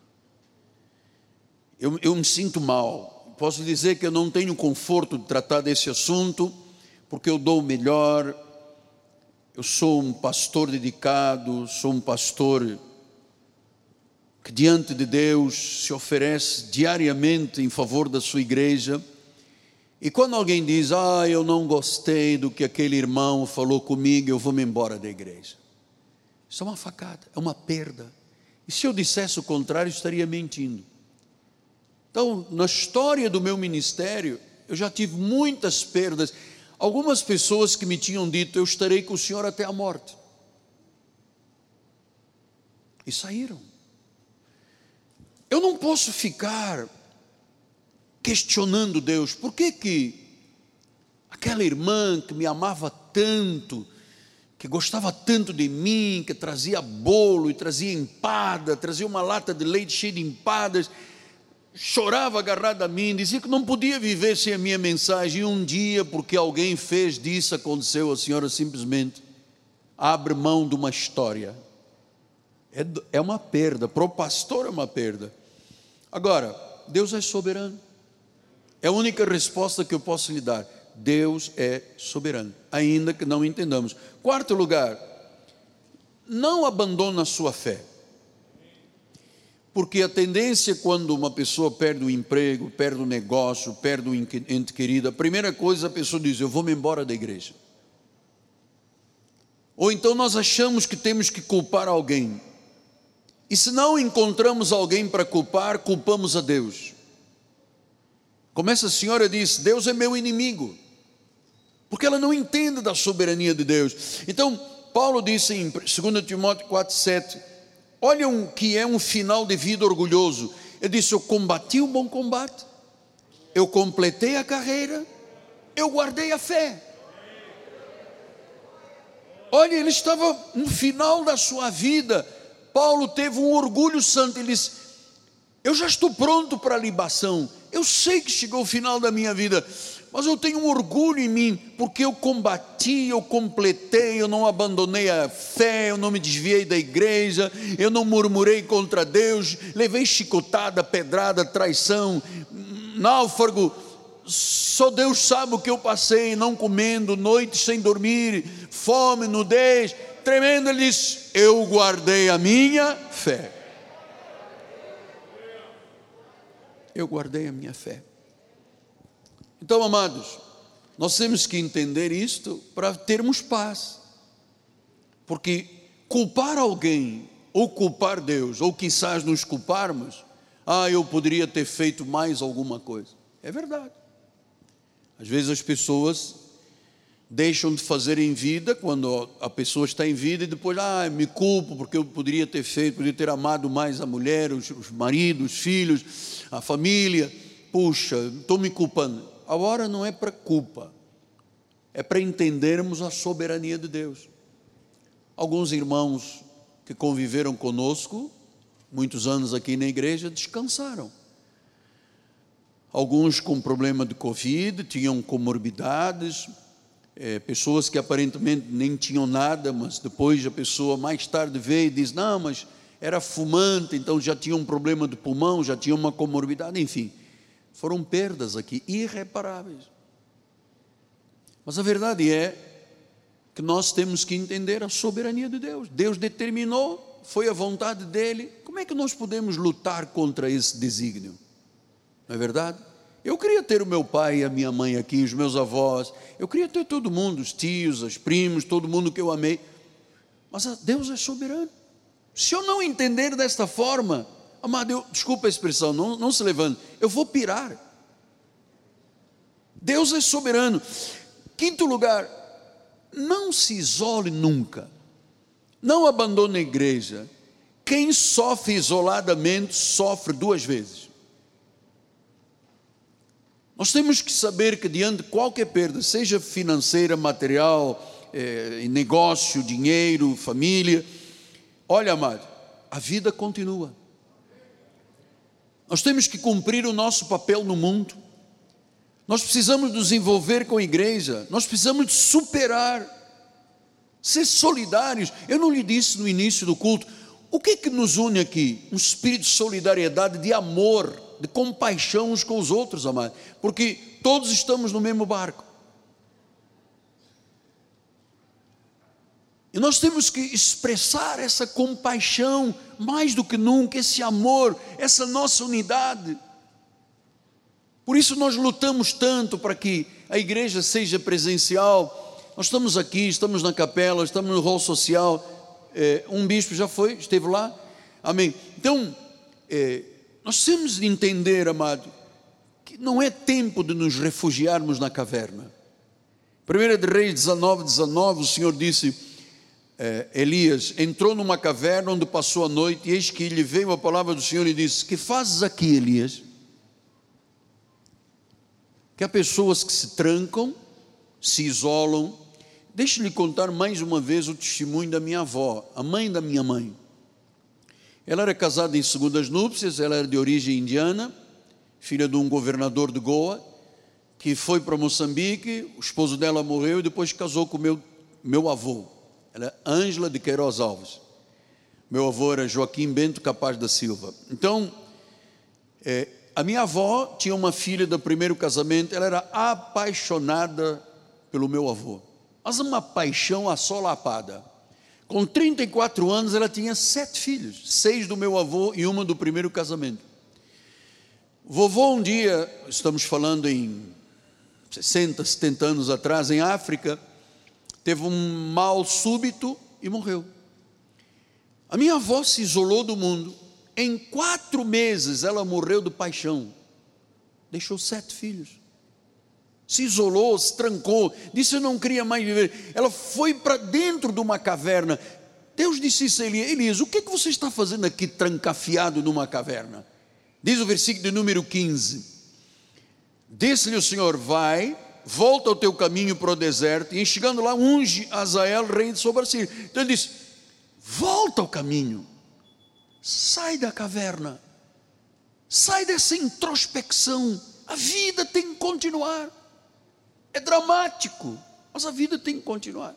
Eu, eu me sinto mal. Posso dizer que eu não tenho conforto de tratar desse assunto, porque eu dou o melhor. Eu sou um pastor dedicado, sou um pastor que diante de Deus se oferece diariamente em favor da sua igreja. E quando alguém diz, ah, eu não gostei do que aquele irmão falou comigo, eu vou me embora da igreja. Isso é uma facada, é uma perda. E se eu dissesse o contrário, estaria mentindo. Então, na história do meu ministério, eu já tive muitas perdas. Algumas pessoas que me tinham dito, eu estarei com o Senhor até a morte. E saíram. Eu não posso ficar questionando Deus, por que que aquela irmã que me amava tanto, que gostava tanto de mim, que trazia bolo e trazia empada, trazia uma lata de leite cheia de empadas, chorava agarrada a mim, dizia que não podia viver sem a minha mensagem, e um dia, porque alguém fez disso, aconteceu, a senhora simplesmente abre mão de uma história. É, é uma perda, para o pastor é uma perda. Agora, Deus é soberano. É a única resposta que eu posso lhe dar. Deus é soberano, ainda que não entendamos. Quarto lugar, não abandone a sua fé. Porque a tendência quando uma pessoa perde o emprego, perde o negócio, perde o ente querido, a primeira coisa a pessoa diz, eu vou me embora da igreja. Ou então nós achamos que temos que culpar alguém. E se não encontramos alguém para culpar, culpamos a Deus. Como essa senhora disse, Deus é meu inimigo, porque ela não entende da soberania de Deus. Então, Paulo disse em dois Timóteo quatro, sete, olha o que é um final de vida orgulhoso. Ele disse, eu combati o bom combate, eu completei a carreira, eu guardei a fé. Olha, ele estava no final da sua vida. Paulo teve um orgulho santo, ele disse, eu já estou pronto para a libação, eu sei que chegou o final da minha vida, mas eu tenho um orgulho em mim, porque eu combati, eu completei, eu não abandonei a fé, eu não me desviei da igreja, eu não murmurei contra Deus, levei chicotada, pedrada, traição, náufrago, só Deus sabe o que eu passei, não comendo, noites sem dormir, fome, nudez, tremendo. Ele disse, eu guardei a minha fé. Eu guardei a minha fé. Então, amados, nós temos que entender isto para termos paz. Porque culpar alguém, ou culpar Deus, ou quizás nos culparmos, ah, eu poderia ter feito mais alguma coisa. É verdade. Às vezes as pessoas deixam de fazer em vida, quando a pessoa está em vida, e depois, ah, me culpo, porque eu poderia ter feito, poderia ter amado mais a mulher, os, os maridos, os filhos, a família, puxa, estou me culpando. A hora não é para culpa, é para entendermos a soberania de Deus. Alguns irmãos que conviveram conosco, muitos anos aqui na igreja, descansaram. Alguns com problema de Covid, tinham comorbidades, é, pessoas que aparentemente nem tinham nada, mas depois a pessoa mais tarde veio e diz, não, mas era fumante, então já tinha um problema de pulmão, já tinha uma comorbidade, enfim, foram perdas aqui irreparáveis. Mas a verdade é que nós temos que entender a soberania de Deus. Deus determinou, foi a vontade dele. Como é que nós podemos lutar contra esse desígnio? Não é verdade? Eu queria ter o meu pai e a minha mãe aqui, os meus avós. Eu queria ter todo mundo, os tios, os primos, todo mundo que eu amei. Mas Deus é soberano. Se eu não entender desta forma, amado, eu, desculpa a expressão, não, não se levante, eu vou pirar. Deus é soberano. Quinto lugar, não se isole nunca. Não abandone a igreja. Quem sofre isoladamente, sofre duas vezes. Nós temos que saber que diante de qualquer perda, seja financeira, material, eh, negócio, dinheiro, família, olha, amado, a vida continua. Nós temos que cumprir o nosso papel no mundo. Nós precisamos nos envolver com a igreja. Nós precisamos de superar, ser solidários. Eu não lhe disse no início do culto, o que é que nos une aqui? Um espírito de solidariedade, de amor, de compaixão uns com os outros, amado, porque todos estamos no mesmo barco. E nós temos que expressar essa compaixão mais do que nunca, esse amor, essa nossa unidade. Por isso nós lutamos tanto para que a igreja seja presencial. Nós estamos aqui, estamos na capela, estamos no hall social. É, um bispo já foi, esteve lá. Amém. Então, é, nós temos de entender, amado, que não é tempo de nos refugiarmos na caverna. primeira de Reis dezenove, dezenove, o Senhor disse, é, Elias entrou numa caverna onde passou a noite, e eis que lhe veio a palavra do Senhor e disse, que fazes aqui, Elias? Que há pessoas que se trancam, se isolam. Deixe-lhe contar mais uma vez o testemunho da minha avó, a mãe da minha mãe. Ela era casada em segundas núpcias, ela era de origem indiana, filha de um governador de Goa, que foi para Moçambique, o esposo dela morreu e depois casou com o meu, meu avô. Ela é Ângela de Queiroz Alves. Meu avô era Joaquim Bento Capaz da Silva. Então, é, a minha avó tinha uma filha do primeiro casamento, ela era apaixonada pelo meu avô. Mas uma paixão assolapada. Com trinta e quatro anos ela tinha sete filhos, seis do meu avô e uma do primeiro casamento. Vovô um dia, estamos falando em sessenta, setenta anos atrás, em África, teve um mal súbito e morreu. A minha avó se isolou do mundo. Em quatro meses ela morreu de paixão. Deixou sete filhos. Se isolou, se trancou, disse eu não queria mais viver. Ela foi para dentro de uma caverna. Deus disse isso a Elias, Elias, o que é que você está fazendo aqui trancafiado numa caverna? Diz o versículo de número quinze. Disse-lhe o Senhor, vai, volta ao teu caminho para o deserto, e chegando lá unge Azael, rei sobre a Síria. Então ele disse, volta ao caminho, sai da caverna, sai dessa introspecção, a vida tem que continuar. É dramático, mas a vida tem que continuar.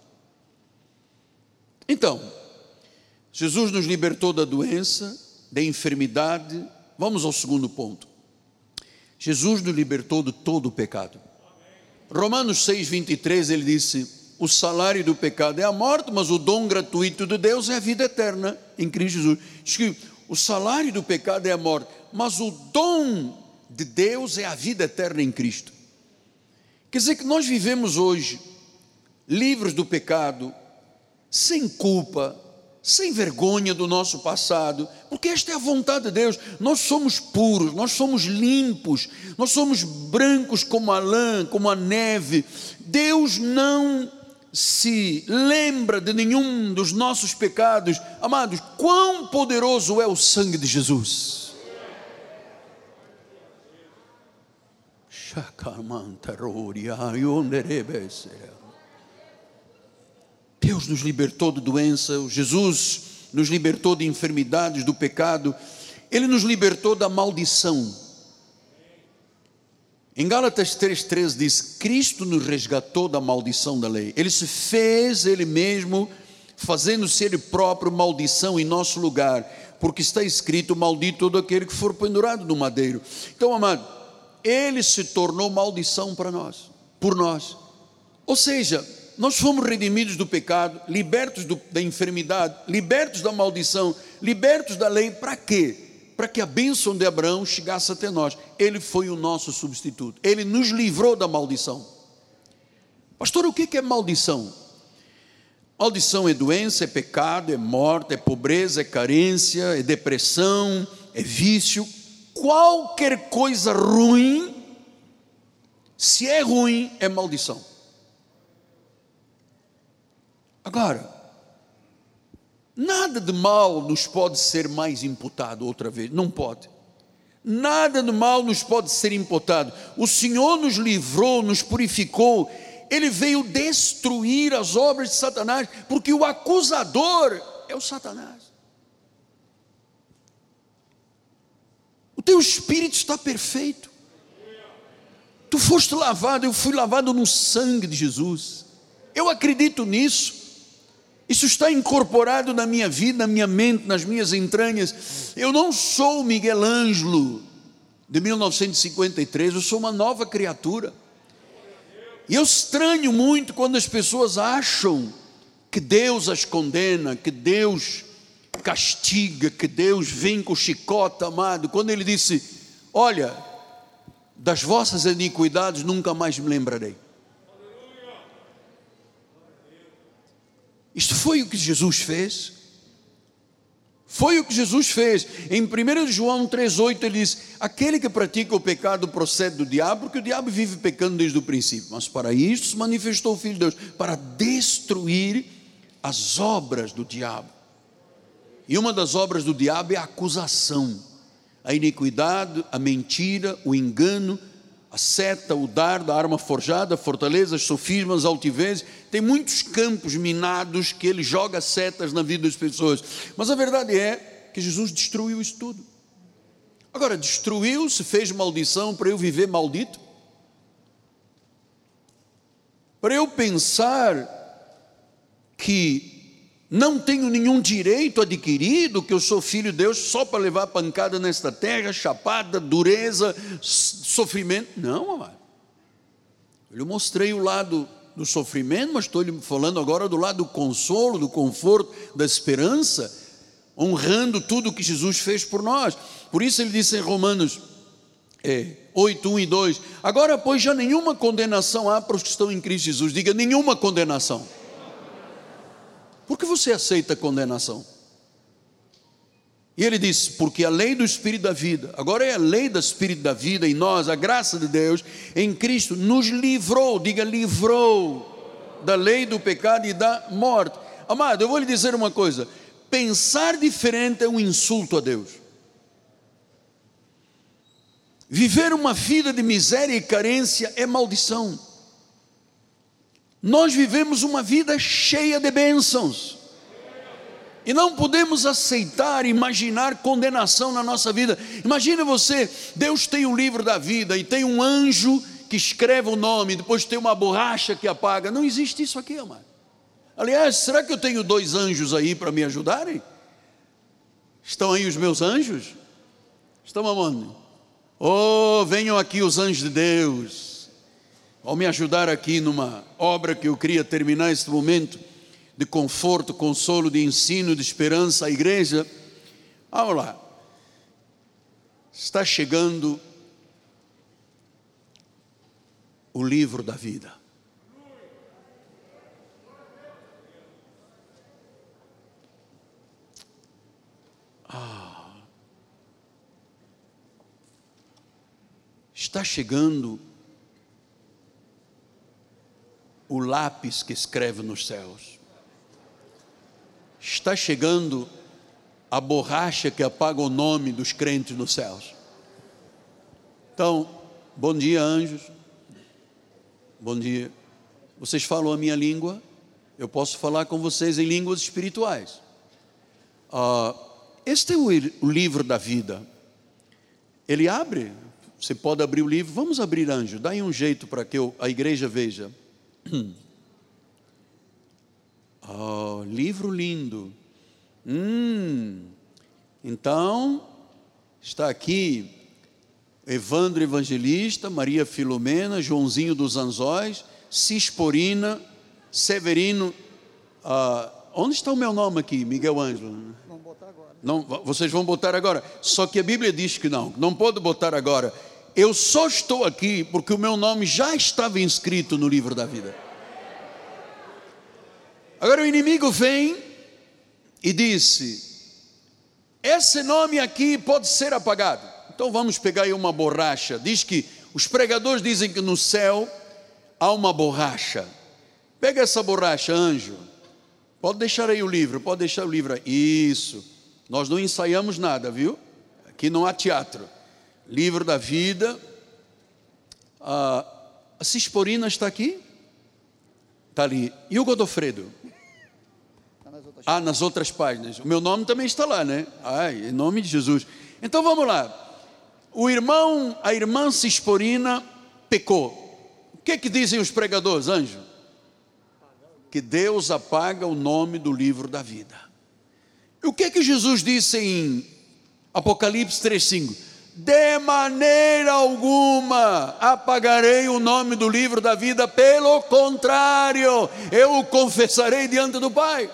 Então, Jesus nos libertou da doença, da enfermidade. Vamos ao segundo ponto. Jesus nos libertou de todo o pecado. Romanos seis, vinte e três, ele disse, o salário do pecado é a morte, mas o dom gratuito de Deus é a vida eterna em Cristo Jesus. Diz que o salário do pecado é a morte, mas o dom de Deus é a vida eterna em Cristo. Quer dizer que nós vivemos hoje livres do pecado, sem culpa, sem vergonha do nosso passado, porque esta é a vontade de Deus. Nós somos puros, nós somos limpos, nós somos brancos como a lã, como a neve. Deus não se lembra de nenhum dos nossos pecados. Amados, quão poderoso é o sangue de Jesus! Deus nos libertou de doença, Jesus nos libertou de enfermidades, do pecado, Ele nos libertou da maldição. Em Gálatas três, treze diz, Cristo nos resgatou da maldição da lei. Ele se fez Ele mesmo, fazendo-se Ele próprio maldição em nosso lugar, porque está escrito, maldito todo aquele que for pendurado no madeiro. Então, amado, Ele se tornou maldição para nós, por nós. Ou seja, nós fomos redimidos do pecado, libertos do, da enfermidade, libertos da maldição, libertos da lei. Para quê? Para que a bênção de Abraão chegasse até nós. Ele foi o nosso substituto. Ele nos livrou da maldição. Pastor, o que é maldição? Maldição é doença, é pecado, é morte, é pobreza, é carência, é depressão, é vício. Qualquer coisa ruim, se é ruim, é maldição. Agora, nada de mal nos pode ser mais imputado outra vez, não pode. Nada de mal nos pode ser imputado. O Senhor nos livrou, nos purificou. Ele veio destruir as obras de Satanás, porque o acusador é o Satanás. O teu espírito está perfeito. Tu foste lavado, eu fui lavado no sangue de Jesus. Eu acredito nisso. Isso está incorporado na minha vida, na minha mente, nas minhas entranhas. Eu não sou Miguel Ângelo de mil novecentos e cinquenta e três, eu sou uma nova criatura. E eu estranho muito quando as pessoas acham que Deus as condena, que Deus castiga, que Deus vem com o chicote, amado. Quando ele disse: olha, das vossas iniquidades nunca mais me lembrarei. Isto foi o que Jesus fez. Foi o que Jesus fez. Em primeiro João três oito ele diz: aquele que pratica o pecado procede do diabo, porque o diabo vive pecando desde o princípio. Mas para isto se manifestou o Filho de Deus, para destruir as obras do diabo. E uma das obras do diabo é a acusação, a iniquidade, a mentira, o engano, a seta, o dardo, a arma forjada, fortalezas, sofismas, altivez. Tem muitos campos minados que ele joga setas na vida das pessoas. Mas a verdade é que Jesus destruiu isso tudo. Agora, destruiu, se fez maldição para eu viver maldito? Para eu pensar que não tenho nenhum direito adquirido, que eu sou filho de Deus só para levar pancada nesta terra, chapada, dureza, sofrimento? Não, amado. Eu lhe mostrei o lado do sofrimento, mas estou lhe falando agora do lado do consolo, do conforto, da esperança, honrando tudo que Jesus fez por nós. Por isso ele disse em Romanos é, oito, um e dois: agora, pois, já nenhuma condenação há para os que estão em Cristo Jesus. Diga: nenhuma condenação. Por que você aceita a condenação? E ele disse: porque a lei do Espírito da vida, agora é a lei do Espírito da vida em nós, a graça de Deus em Cristo nos livrou, diga livrou, da lei do pecado e da morte. Amado, eu vou lhe dizer uma coisa: pensar diferente é um insulto a Deus. Viver uma vida de miséria e carência é maldição. Nós vivemos uma vida cheia de bênçãos e não podemos aceitar, imaginar condenação na nossa vida. Imagina você, Deus tem um livro da vida e tem um anjo que escreve o nome, depois tem uma borracha que apaga. Não existe isso aqui, amado. Aliás, será que eu tenho dois anjos aí para me ajudarem? Estão aí os meus anjos? Estão aonde? Oh, venham aqui os anjos de Deus, ao me ajudar aqui numa obra que eu queria terminar este momento de conforto, consolo, de ensino, de esperança à igreja. Vamos lá. Está chegando o livro da vida. Ah. Está chegando o lápis que escreve nos céus. Está chegando a borracha que apaga o nome dos crentes nos céus. Então, bom dia, anjos. Bom dia. Vocês falam a minha língua? Eu posso falar com vocês em línguas espirituais. Ah, este é o, o livro da vida. Ele abre. Você pode abrir o livro. Vamos abrir, anjo. Dá aí um jeito para que eu, a igreja veja. Oh, livro lindo. Hum, então, está aqui Evandro Evangelista, Maria Filomena, Joãozinho dos Anzóis, Cisporina, Severino. Ah, onde está o meu nome aqui, Miguel Ângelo? Vamos botar agora. Não, vocês vão botar agora. Só que a Bíblia diz que não, não pode botar agora. Eu só estou aqui porque o meu nome já estava inscrito no livro da vida. Agora o inimigo vem e disse: esse nome aqui pode ser apagado. Então vamos pegar aí uma borracha. Diz que os pregadores dizem que no céu há uma borracha. Pega essa borracha, anjo. Pode deixar aí o livro, pode deixar o livro aí. Isso. Nós não ensaiamos nada, viu? Aqui não há teatro. Livro da vida. Ah, a Cisporina está aqui? Está ali. E o Godofredo? Ah, nas outras páginas. O meu nome também está lá, né? Ai, em nome de Jesus. Então vamos lá. O irmão, a irmã Cisporina pecou. O que é que dizem os pregadores, anjo? Que Deus apaga o nome do livro da vida. E o que é que Jesus disse em Apocalipse três, cinco? De maneira alguma apagarei o nome do livro da vida, pelo contrário, eu o confessarei diante do Pai.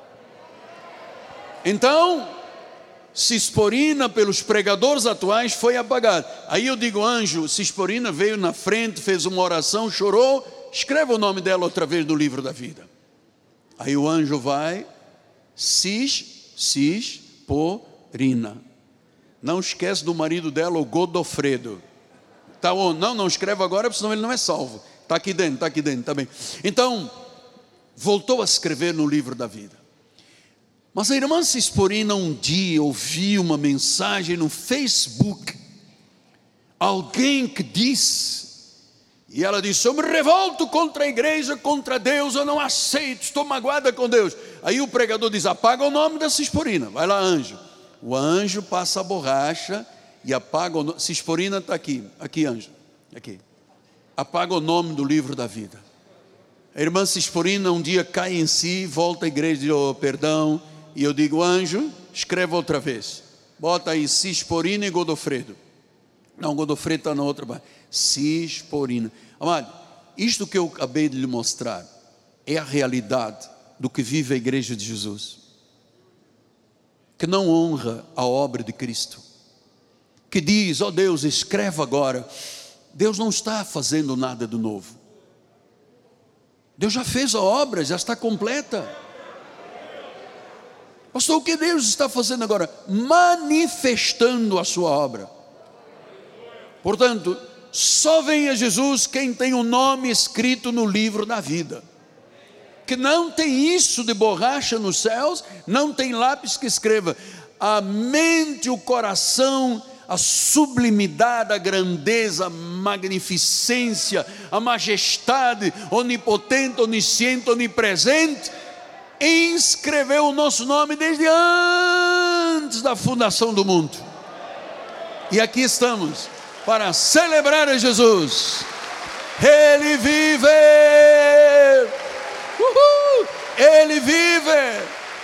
Então, Cisporina, pelos pregadores atuais, foi apagado. Aí eu digo, anjo, Cisporina veio na frente, fez uma oração, chorou, escreve o nome dela outra vez no livro da vida. Aí o anjo vai, Cis, Cisporina. Não esquece do marido dela, o Godofredo. Tá onde? Não, não escreve agora, porque senão ele não é salvo. Está aqui dentro, está aqui dentro, está bem. Então, voltou a escrever no livro da vida. Mas a irmã Cisporina um dia ouviu uma mensagem no Facebook. Alguém que disse, e ela disse: eu me revolto contra a igreja, contra Deus, eu não aceito, estou magoada com Deus. Aí o pregador diz: apaga o nome da Cisporina. Vai lá, anjo. O anjo passa a borracha e apaga o nome. Cisporina está aqui, aqui, anjo, aqui. Apaga o nome do livro da vida. A irmã Cisporina um dia cai em si, volta à igreja e diz: oh, perdão. E eu digo: anjo, escreva outra vez. Bota aí Cisporina e Godofredo. Não, Godofredo está na outra parte. Cisporina. Amado, isto que eu acabei de lhe mostrar é a realidade do que vive a igreja de Jesus, que não honra a obra de Cristo, que diz: ó oh Deus, escreva agora. Deus não está fazendo nada de novo. Deus já fez a obra, já está completa. Pastor, o que Deus está fazendo agora? Manifestando a sua obra. Portanto, só vem a Jesus quem tem o nome escrito no livro da vida. Que não tem isso de borracha nos céus, não tem lápis que escreva. A mente, o coração, a sublimidade, a grandeza, a magnificência, a majestade, onipotente, onisciente, onipresente, inscreveu o nosso nome desde antes da fundação do mundo. E aqui estamos para celebrar a Jesus. Ele vive! Uhul! Ele vive!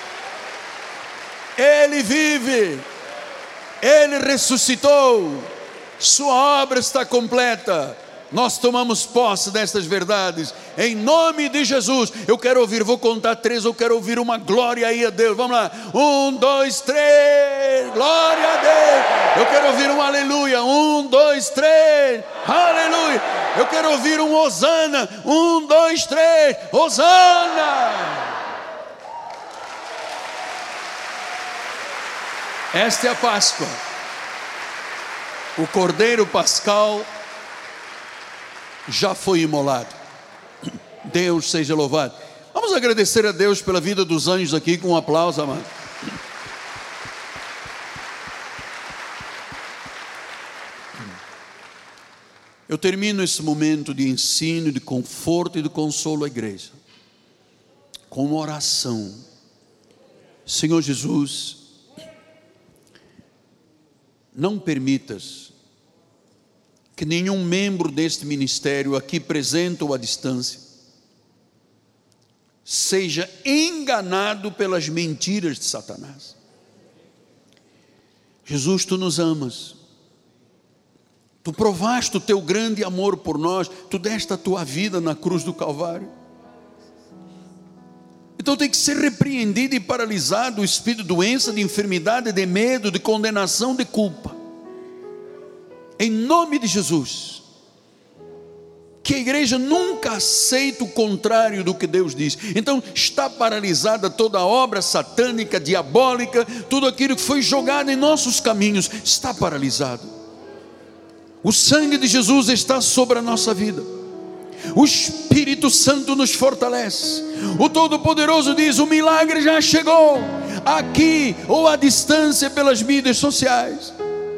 Ele vive! Ele ressuscitou! Sua obra está completa. Nós tomamos posse destas verdades, em nome de Jesus. Eu quero ouvir, vou contar três, eu quero ouvir uma glória aí a Deus. Vamos lá, um, dois, três, glória a Deus. Eu quero ouvir um aleluia, um, dois, três, aleluia. Eu quero ouvir um hosana, um, dois, três, hosana. Esta é a Páscoa, o Cordeiro Pascal já foi imolado. Deus seja louvado. Vamos agradecer a Deus pela vida dos anjos aqui com um aplauso, amado. Eu termino esse momento de ensino, de conforto e de consolo à igreja com uma oração. Senhor Jesus, não permitas que nenhum membro deste ministério aqui presente ou à distância seja enganado pelas mentiras de Satanás. Jesus, tu nos amas, Tu provaste o teu grande amor por nós, tu deste a tua vida na cruz do Calvário. Então tem que ser repreendido e paralisado o espírito de doença, de enfermidade, de medo, de condenação, de culpa. Em nome de Jesus. Que a igreja nunca aceita o contrário do que Deus diz. Então está paralisada toda a obra satânica, diabólica, tudo aquilo que foi jogado em nossos caminhos, está paralisado. O sangue de Jesus está sobre a nossa vida. O Espírito Santo nos fortalece. O Todo-Poderoso diz: o milagre já chegou, aqui ou à distância pelas mídias sociais.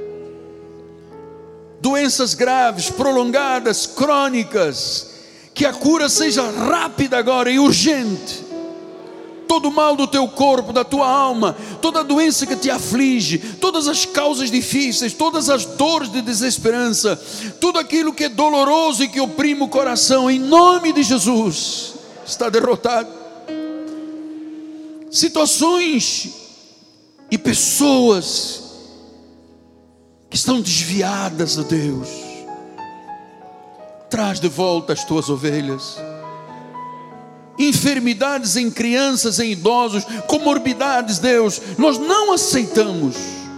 Doenças graves, prolongadas, crônicas, que a cura seja rápida agora e urgente. Todo mal do teu corpo, da tua alma, toda doença que te aflige, todas as causas difíceis, todas as dores de desesperança, tudo aquilo que é doloroso e que oprime o coração, em nome de Jesus, está derrotado. Situações e pessoas que estão desviadas a Deus, traz de volta as tuas ovelhas. Enfermidades em crianças, em idosos, comorbidades, Deus, nós não aceitamos.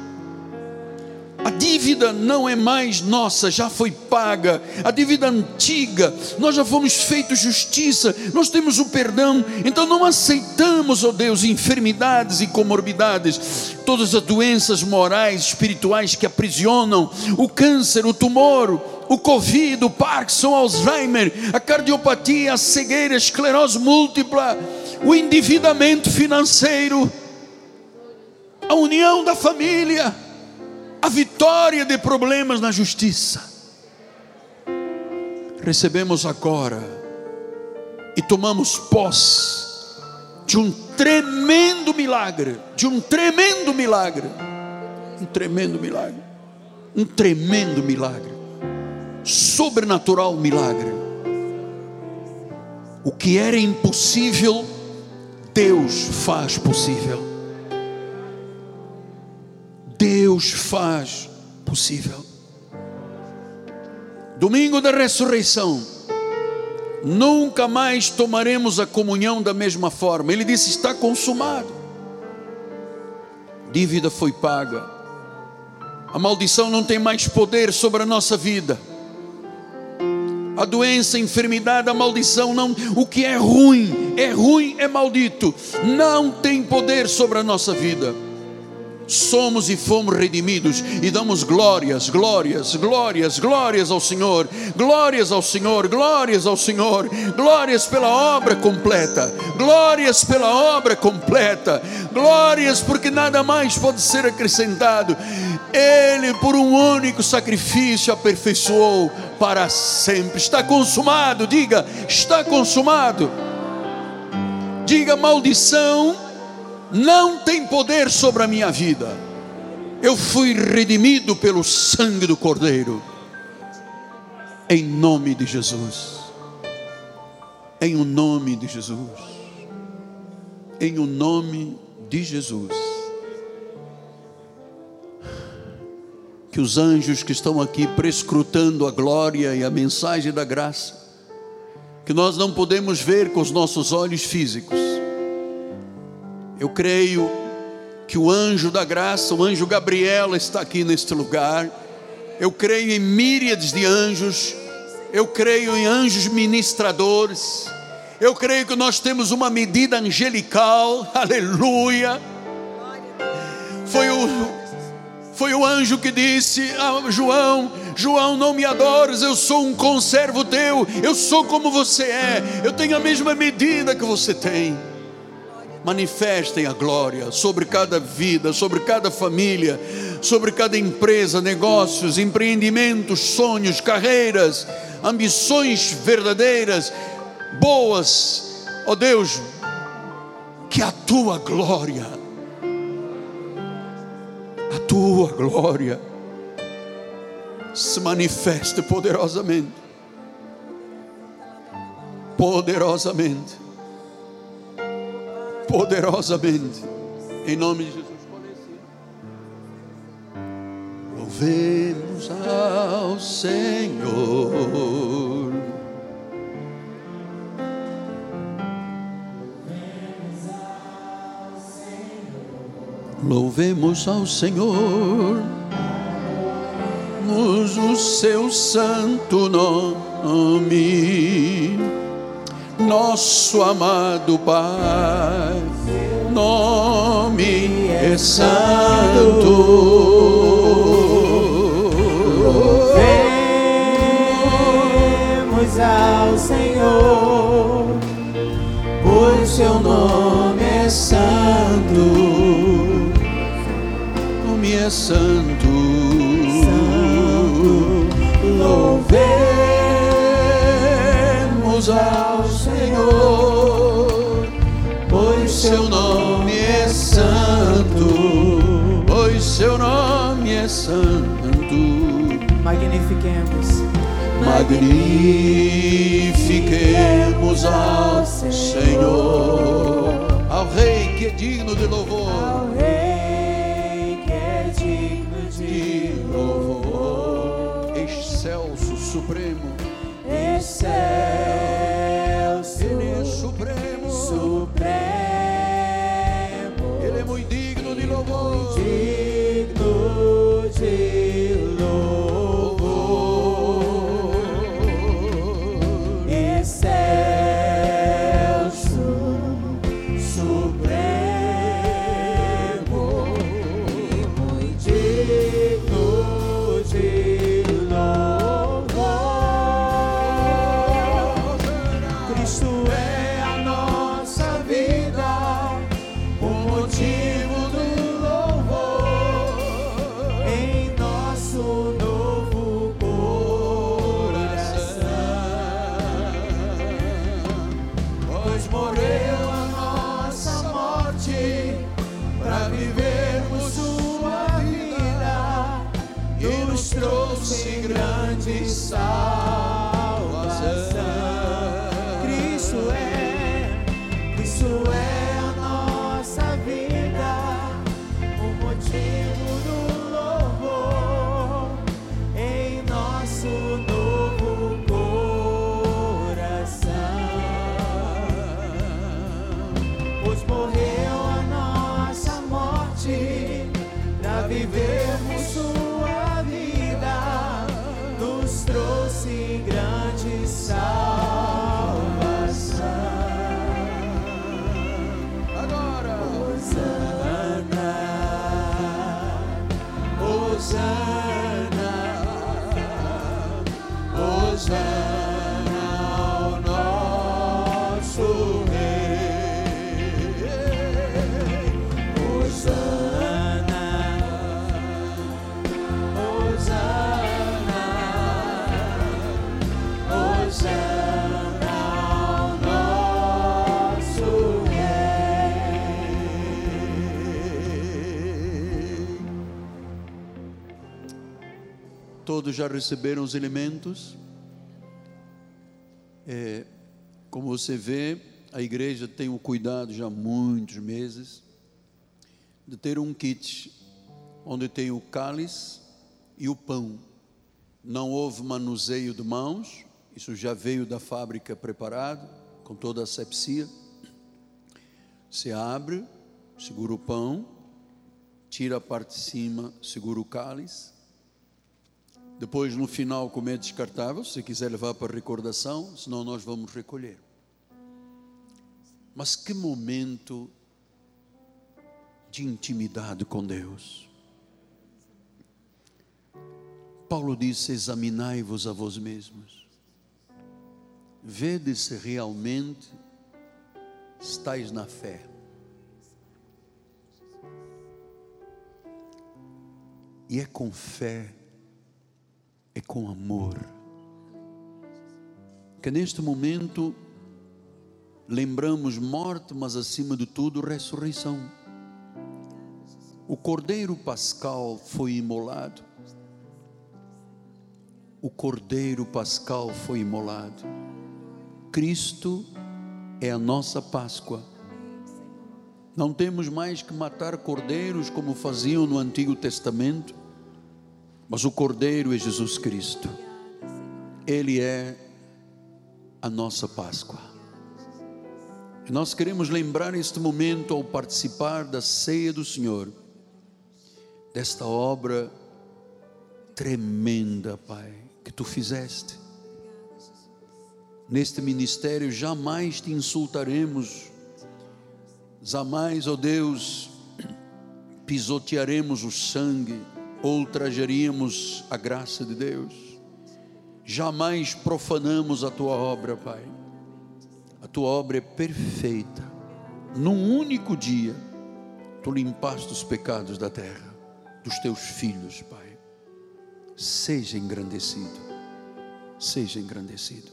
A dívida não é mais nossa, já foi paga. A dívida antiga, nós já fomos feitos justiça, nós temos o perdão. Então não aceitamos, ó Deus, enfermidades e comorbidades, todas as doenças morais, espirituais que aprisionam, o câncer, o tumor, o Covid, o Parkinson, o Alzheimer, a cardiopatia, a cegueira, a esclerose múltipla, o endividamento financeiro, a união da família, a vitória de problemas na justiça. Recebemos agora e tomamos posse de um tremendo milagre, de um tremendo milagre, um tremendo milagre, um tremendo milagre, sobrenatural milagre. O que era impossível, Deus faz possível. Deus faz possível. Domingo da ressurreição, nunca mais tomaremos a comunhão da mesma forma. Ele disse: está consumado. Dívida foi paga. A maldição não tem mais poder sobre a nossa vida. A doença, a enfermidade, a maldição, não, o que é ruim, é ruim, é maldito, não tem poder sobre a nossa vida. Somos e fomos redimidos e damos glórias, glórias, glórias, glórias ao Senhor, glórias ao Senhor, glórias ao Senhor, glórias pela obra completa, glórias pela obra completa, glórias porque nada mais pode ser acrescentado. Ele por um único sacrifício aperfeiçoou para sempre. Está consumado, diga, está consumado. Diga: maldição não tem poder sobre a minha vida. Eu fui redimido pelo sangue do Cordeiro. Em nome de Jesus. Em o nome de Jesus. Em o nome de Jesus. Que os anjos que estão aqui prescrutando a glória e a mensagem da graça, que nós não podemos ver com os nossos olhos físicos, eu creio que o anjo da graça, o anjo Gabriel está aqui neste lugar. Eu creio em míriades de anjos. Eu creio em anjos ministradores. Eu creio que nós temos uma medida angelical. Aleluia. Foi o, foi o anjo que disse a João: João, não me adores, eu sou um conservo teu. Eu sou como você é. Eu tenho a mesma medida que você tem. Manifestem a glória sobre cada vida, sobre cada família, sobre cada empresa, negócios, empreendimentos, sonhos, carreiras, ambições verdadeiras, boas. Ó Deus, que a tua glória, a tua glória se manifeste poderosamente, poderosamente. Poderosamente, em nome de Jesus. Louvemos ao Senhor. Louvemos ao Senhor, nos o seu santo nome, nosso amado Pai, nome é santo. Louvemos ao Senhor, pois seu nome é santo. É santo, santo, louvemos ao Senhor, pois seu nome é santo, pois seu nome é santo. Magnifiquemos, magnifiquemos ao Senhor, ao Rei que é digno de louvor. Ao Rei de louvor, excelso, supremo, excelso, Ele é supremo, supremo, Ele é muito digno de louvor, digno de louvor, excelso, supremo. Trouxe grande salvação. Cristo é, Cristo é a nossa vida, o motivo do louvor em nosso novo coração. Pois morreu a nossa morte para vivermos sua vida, nos trouxe grande salvação. Agora, Hosana, Hosana, Hosana ao nosso Rei. Hosana, Hosana, Hosana ao nosso Rei. todos já receberam os elementos. É, como você vê, a igreja tem o cuidado já há muitos meses de ter um kit onde tem o cálice e o pão. Não houve manuseio de mãos, isso já veio da fábrica preparado, com toda a asepsia. Você abre, segura o pão, tira a parte de cima, segura o cálice. Depois, no final, como é descartável, se quiser levar para recordação, senão nós vamos recolher. Mas que momento de intimidade com Deus. Paulo disse: examinai-vos a vós mesmos, vede se realmente estáis na fé. E é com fé, é com amor, que neste momento lembramos morte, mas acima de tudo ressurreição. O Cordeiro Pascal foi imolado. O Cordeiro Pascal foi imolado. Cristo é a nossa Páscoa. Não temos mais que matar cordeiros como faziam no Antigo Testamento, Mas o Cordeiro é Jesus Cristo. Ele é a nossa Páscoa. E nós queremos lembrar neste momento, ao participar da ceia do Senhor, desta obra tremenda, Pai, que Tu fizeste. Neste ministério jamais Te insultaremos, jamais, ó Deus, pisotearemos o sangue, ultrajaríamos a graça de Deus, jamais profanamos a Tua obra, Pai. A Tua obra é perfeita. Num único dia Tu limpaste os pecados da terra, dos Teus filhos, Pai. Seja engrandecido, seja engrandecido.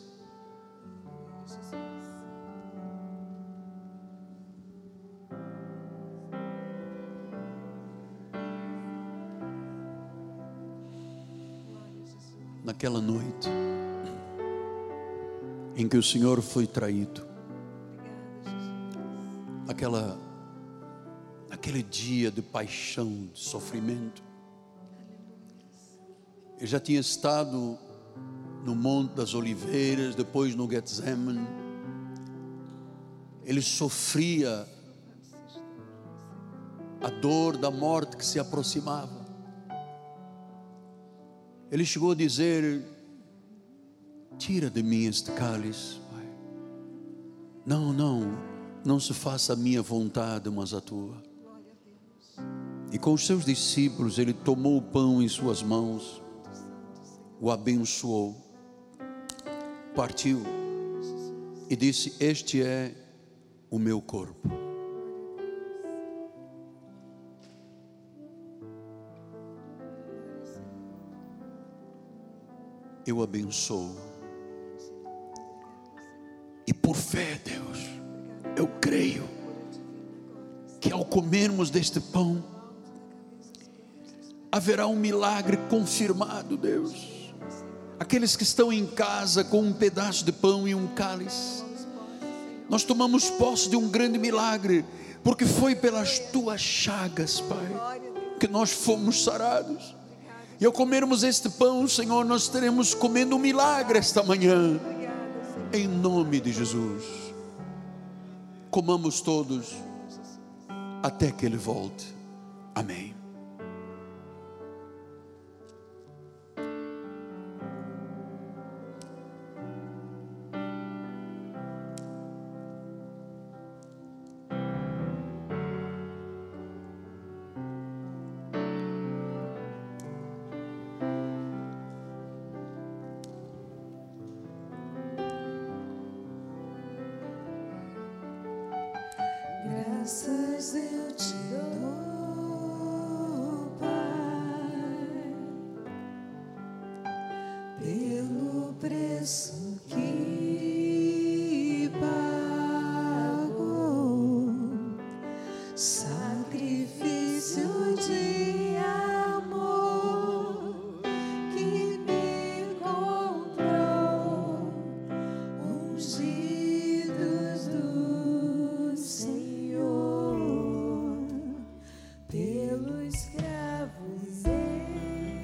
Naquela noite em que o Senhor foi traído, aquela, aquele dia de paixão, de sofrimento, Ele já tinha estado no Monte das Oliveiras, depois no Getsemane. Ele sofria a dor da morte que se aproximava. Ele chegou a dizer: tira de mim este cálice, Pai. Não, não, não se faça a minha vontade, mas a tua. E com os seus discípulos, Ele tomou o pão em suas mãos, o abençoou, partiu e disse: este é o meu corpo. Eu abençoo. E por fé, Deus, eu creio que ao comermos deste pão, haverá um milagre confirmado, Deus. Aqueles que estão em casa com um pedaço de pão e um cálice, nós tomamos posse de um grande milagre, porque foi pelas Tuas chagas, Pai, que nós fomos sarados. E ao comermos este pão, Senhor, nós estaremos comendo um milagre esta manhã, em nome de Jesus. Comamos todos até que Ele volte. Amém. Graças eu te dou, Pai, pelo preço que pagou, sacrifício de amor que me comprou, ungidos do Senhor. Pelos escravos em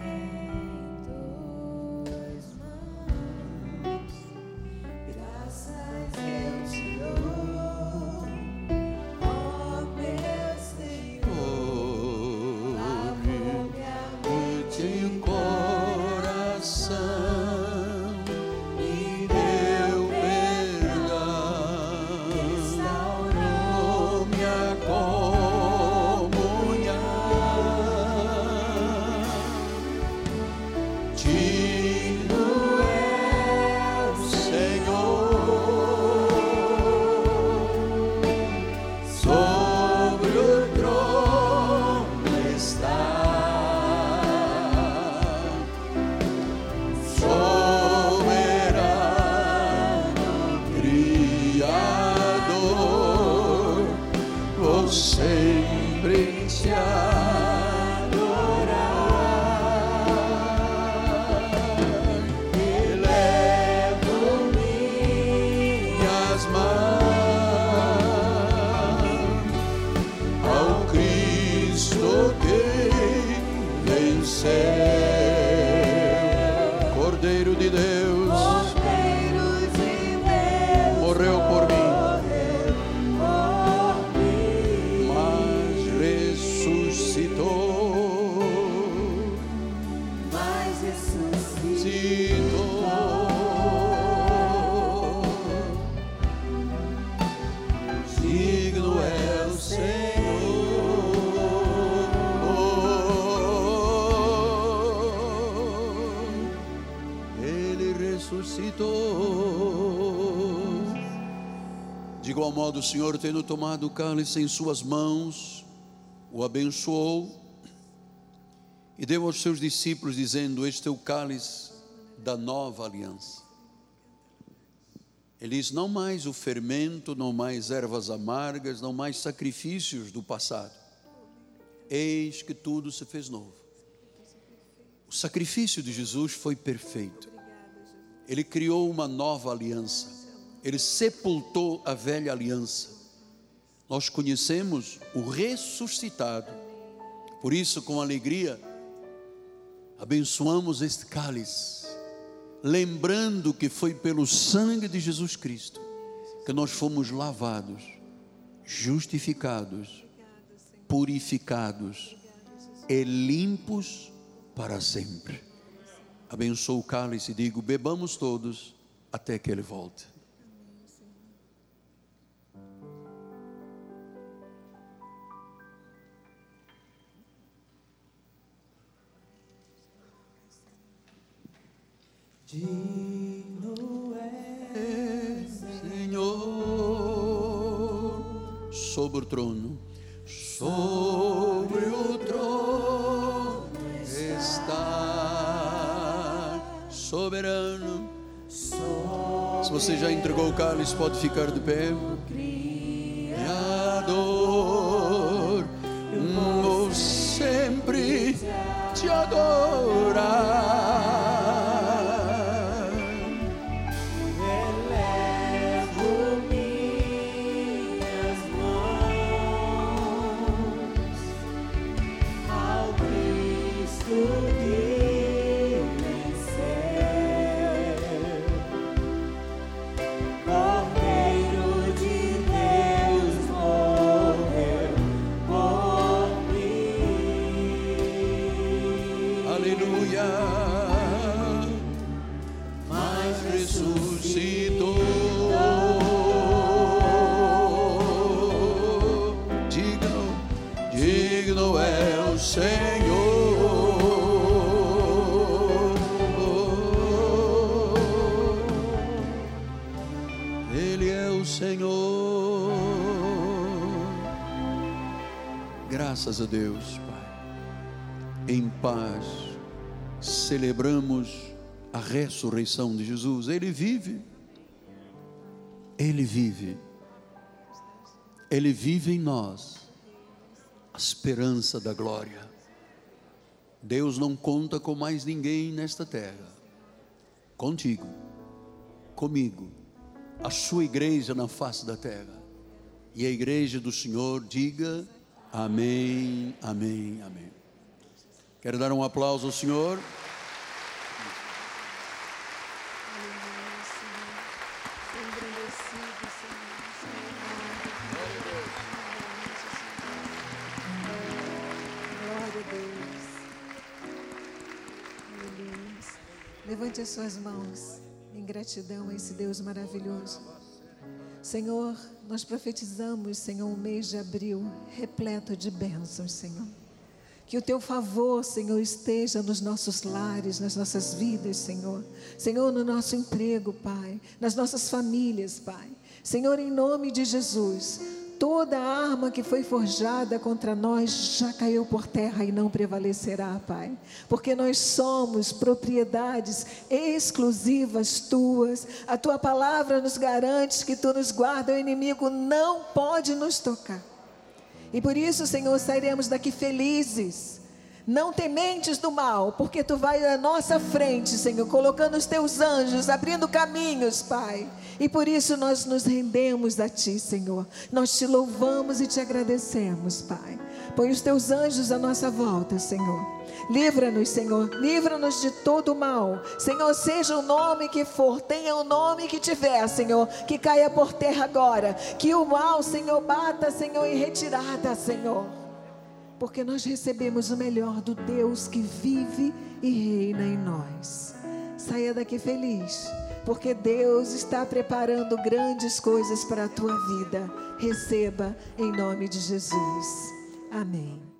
tuas mãos, graças eu te dou, ó meu Senhor. Lavou-me a mente e o coração, me deu perdão, restaurou-me a digno é o Senhor, sobre o trono está, soberano Criador, vou sempre te adorar. Ao Cristo que venceu. Senhor, tendo tomado o cálice em suas mãos, o abençoou e deu aos seus discípulos, dizendo: este é o cálice da nova aliança. Ele diz: não mais o fermento, não mais ervas amargas, não mais sacrifícios do passado. Eis que tudo se fez novo. O sacrifício de Jesus foi perfeito. Ele criou uma nova aliança. Ele sepultou a velha aliança. Nós conhecemos o ressuscitado. Por isso, com alegria, abençoamos este cálice, lembrando que foi pelo sangue de Jesus Cristo que nós fomos lavados, justificados, purificados e limpos para sempre. Abençoo o cálice e digo: bebamos todos até que Ele volte. Digno é, Senhor, sobre o trono, sobre o trono está soberano. Se você já entregou o cálice, pode ficar de pé. Criador, vou sempre te adorar. Graças a Deus, Pai. Em paz celebramos a ressurreição de Jesus. Ele vive. Ele vive. Ele vive em nós. A esperança da glória. Deus não conta com mais ninguém nesta terra. Contigo, comigo, a sua igreja na face da terra. E a igreja do Senhor diga: amém, amém, amém. Quero dar um aplauso ao Senhor. Glória a Deus. Aleluia. Levante as suas mãos em gratidão a esse Deus maravilhoso. Senhor, nós profetizamos, Senhor, um mês de abril repleto de bênçãos, Senhor. Que o Teu favor, Senhor, esteja nos nossos lares, nas nossas vidas, Senhor. Senhor, no nosso emprego, Pai, nas nossas famílias, Pai. Senhor, em nome de Jesus, toda arma que foi forjada contra nós já caiu por terra e não prevalecerá, Pai. Porque nós somos propriedades exclusivas Tuas. A Tua palavra nos garante que Tu nos guarda, o inimigo não pode nos tocar. E por isso, Senhor, sairemos daqui felizes, não tementes do mal, porque Tu vai à nossa frente, Senhor, colocando os Teus anjos, abrindo caminhos, Pai. E por isso nós nos rendemos a Ti, Senhor. Nós Te louvamos e Te agradecemos, Pai. Põe os Teus anjos à nossa volta, Senhor. Livra-nos, Senhor, livra-nos de todo o mal. Senhor, seja o nome que for, tenha o nome que tiver, Senhor, que caia por terra agora. Que o mal, Senhor, bata, Senhor, em retirada, Senhor. Porque nós recebemos o melhor do Deus que vive e reina em nós. Saia daqui feliz, porque Deus está preparando grandes coisas para a tua vida. Receba em nome de Jesus. Amém.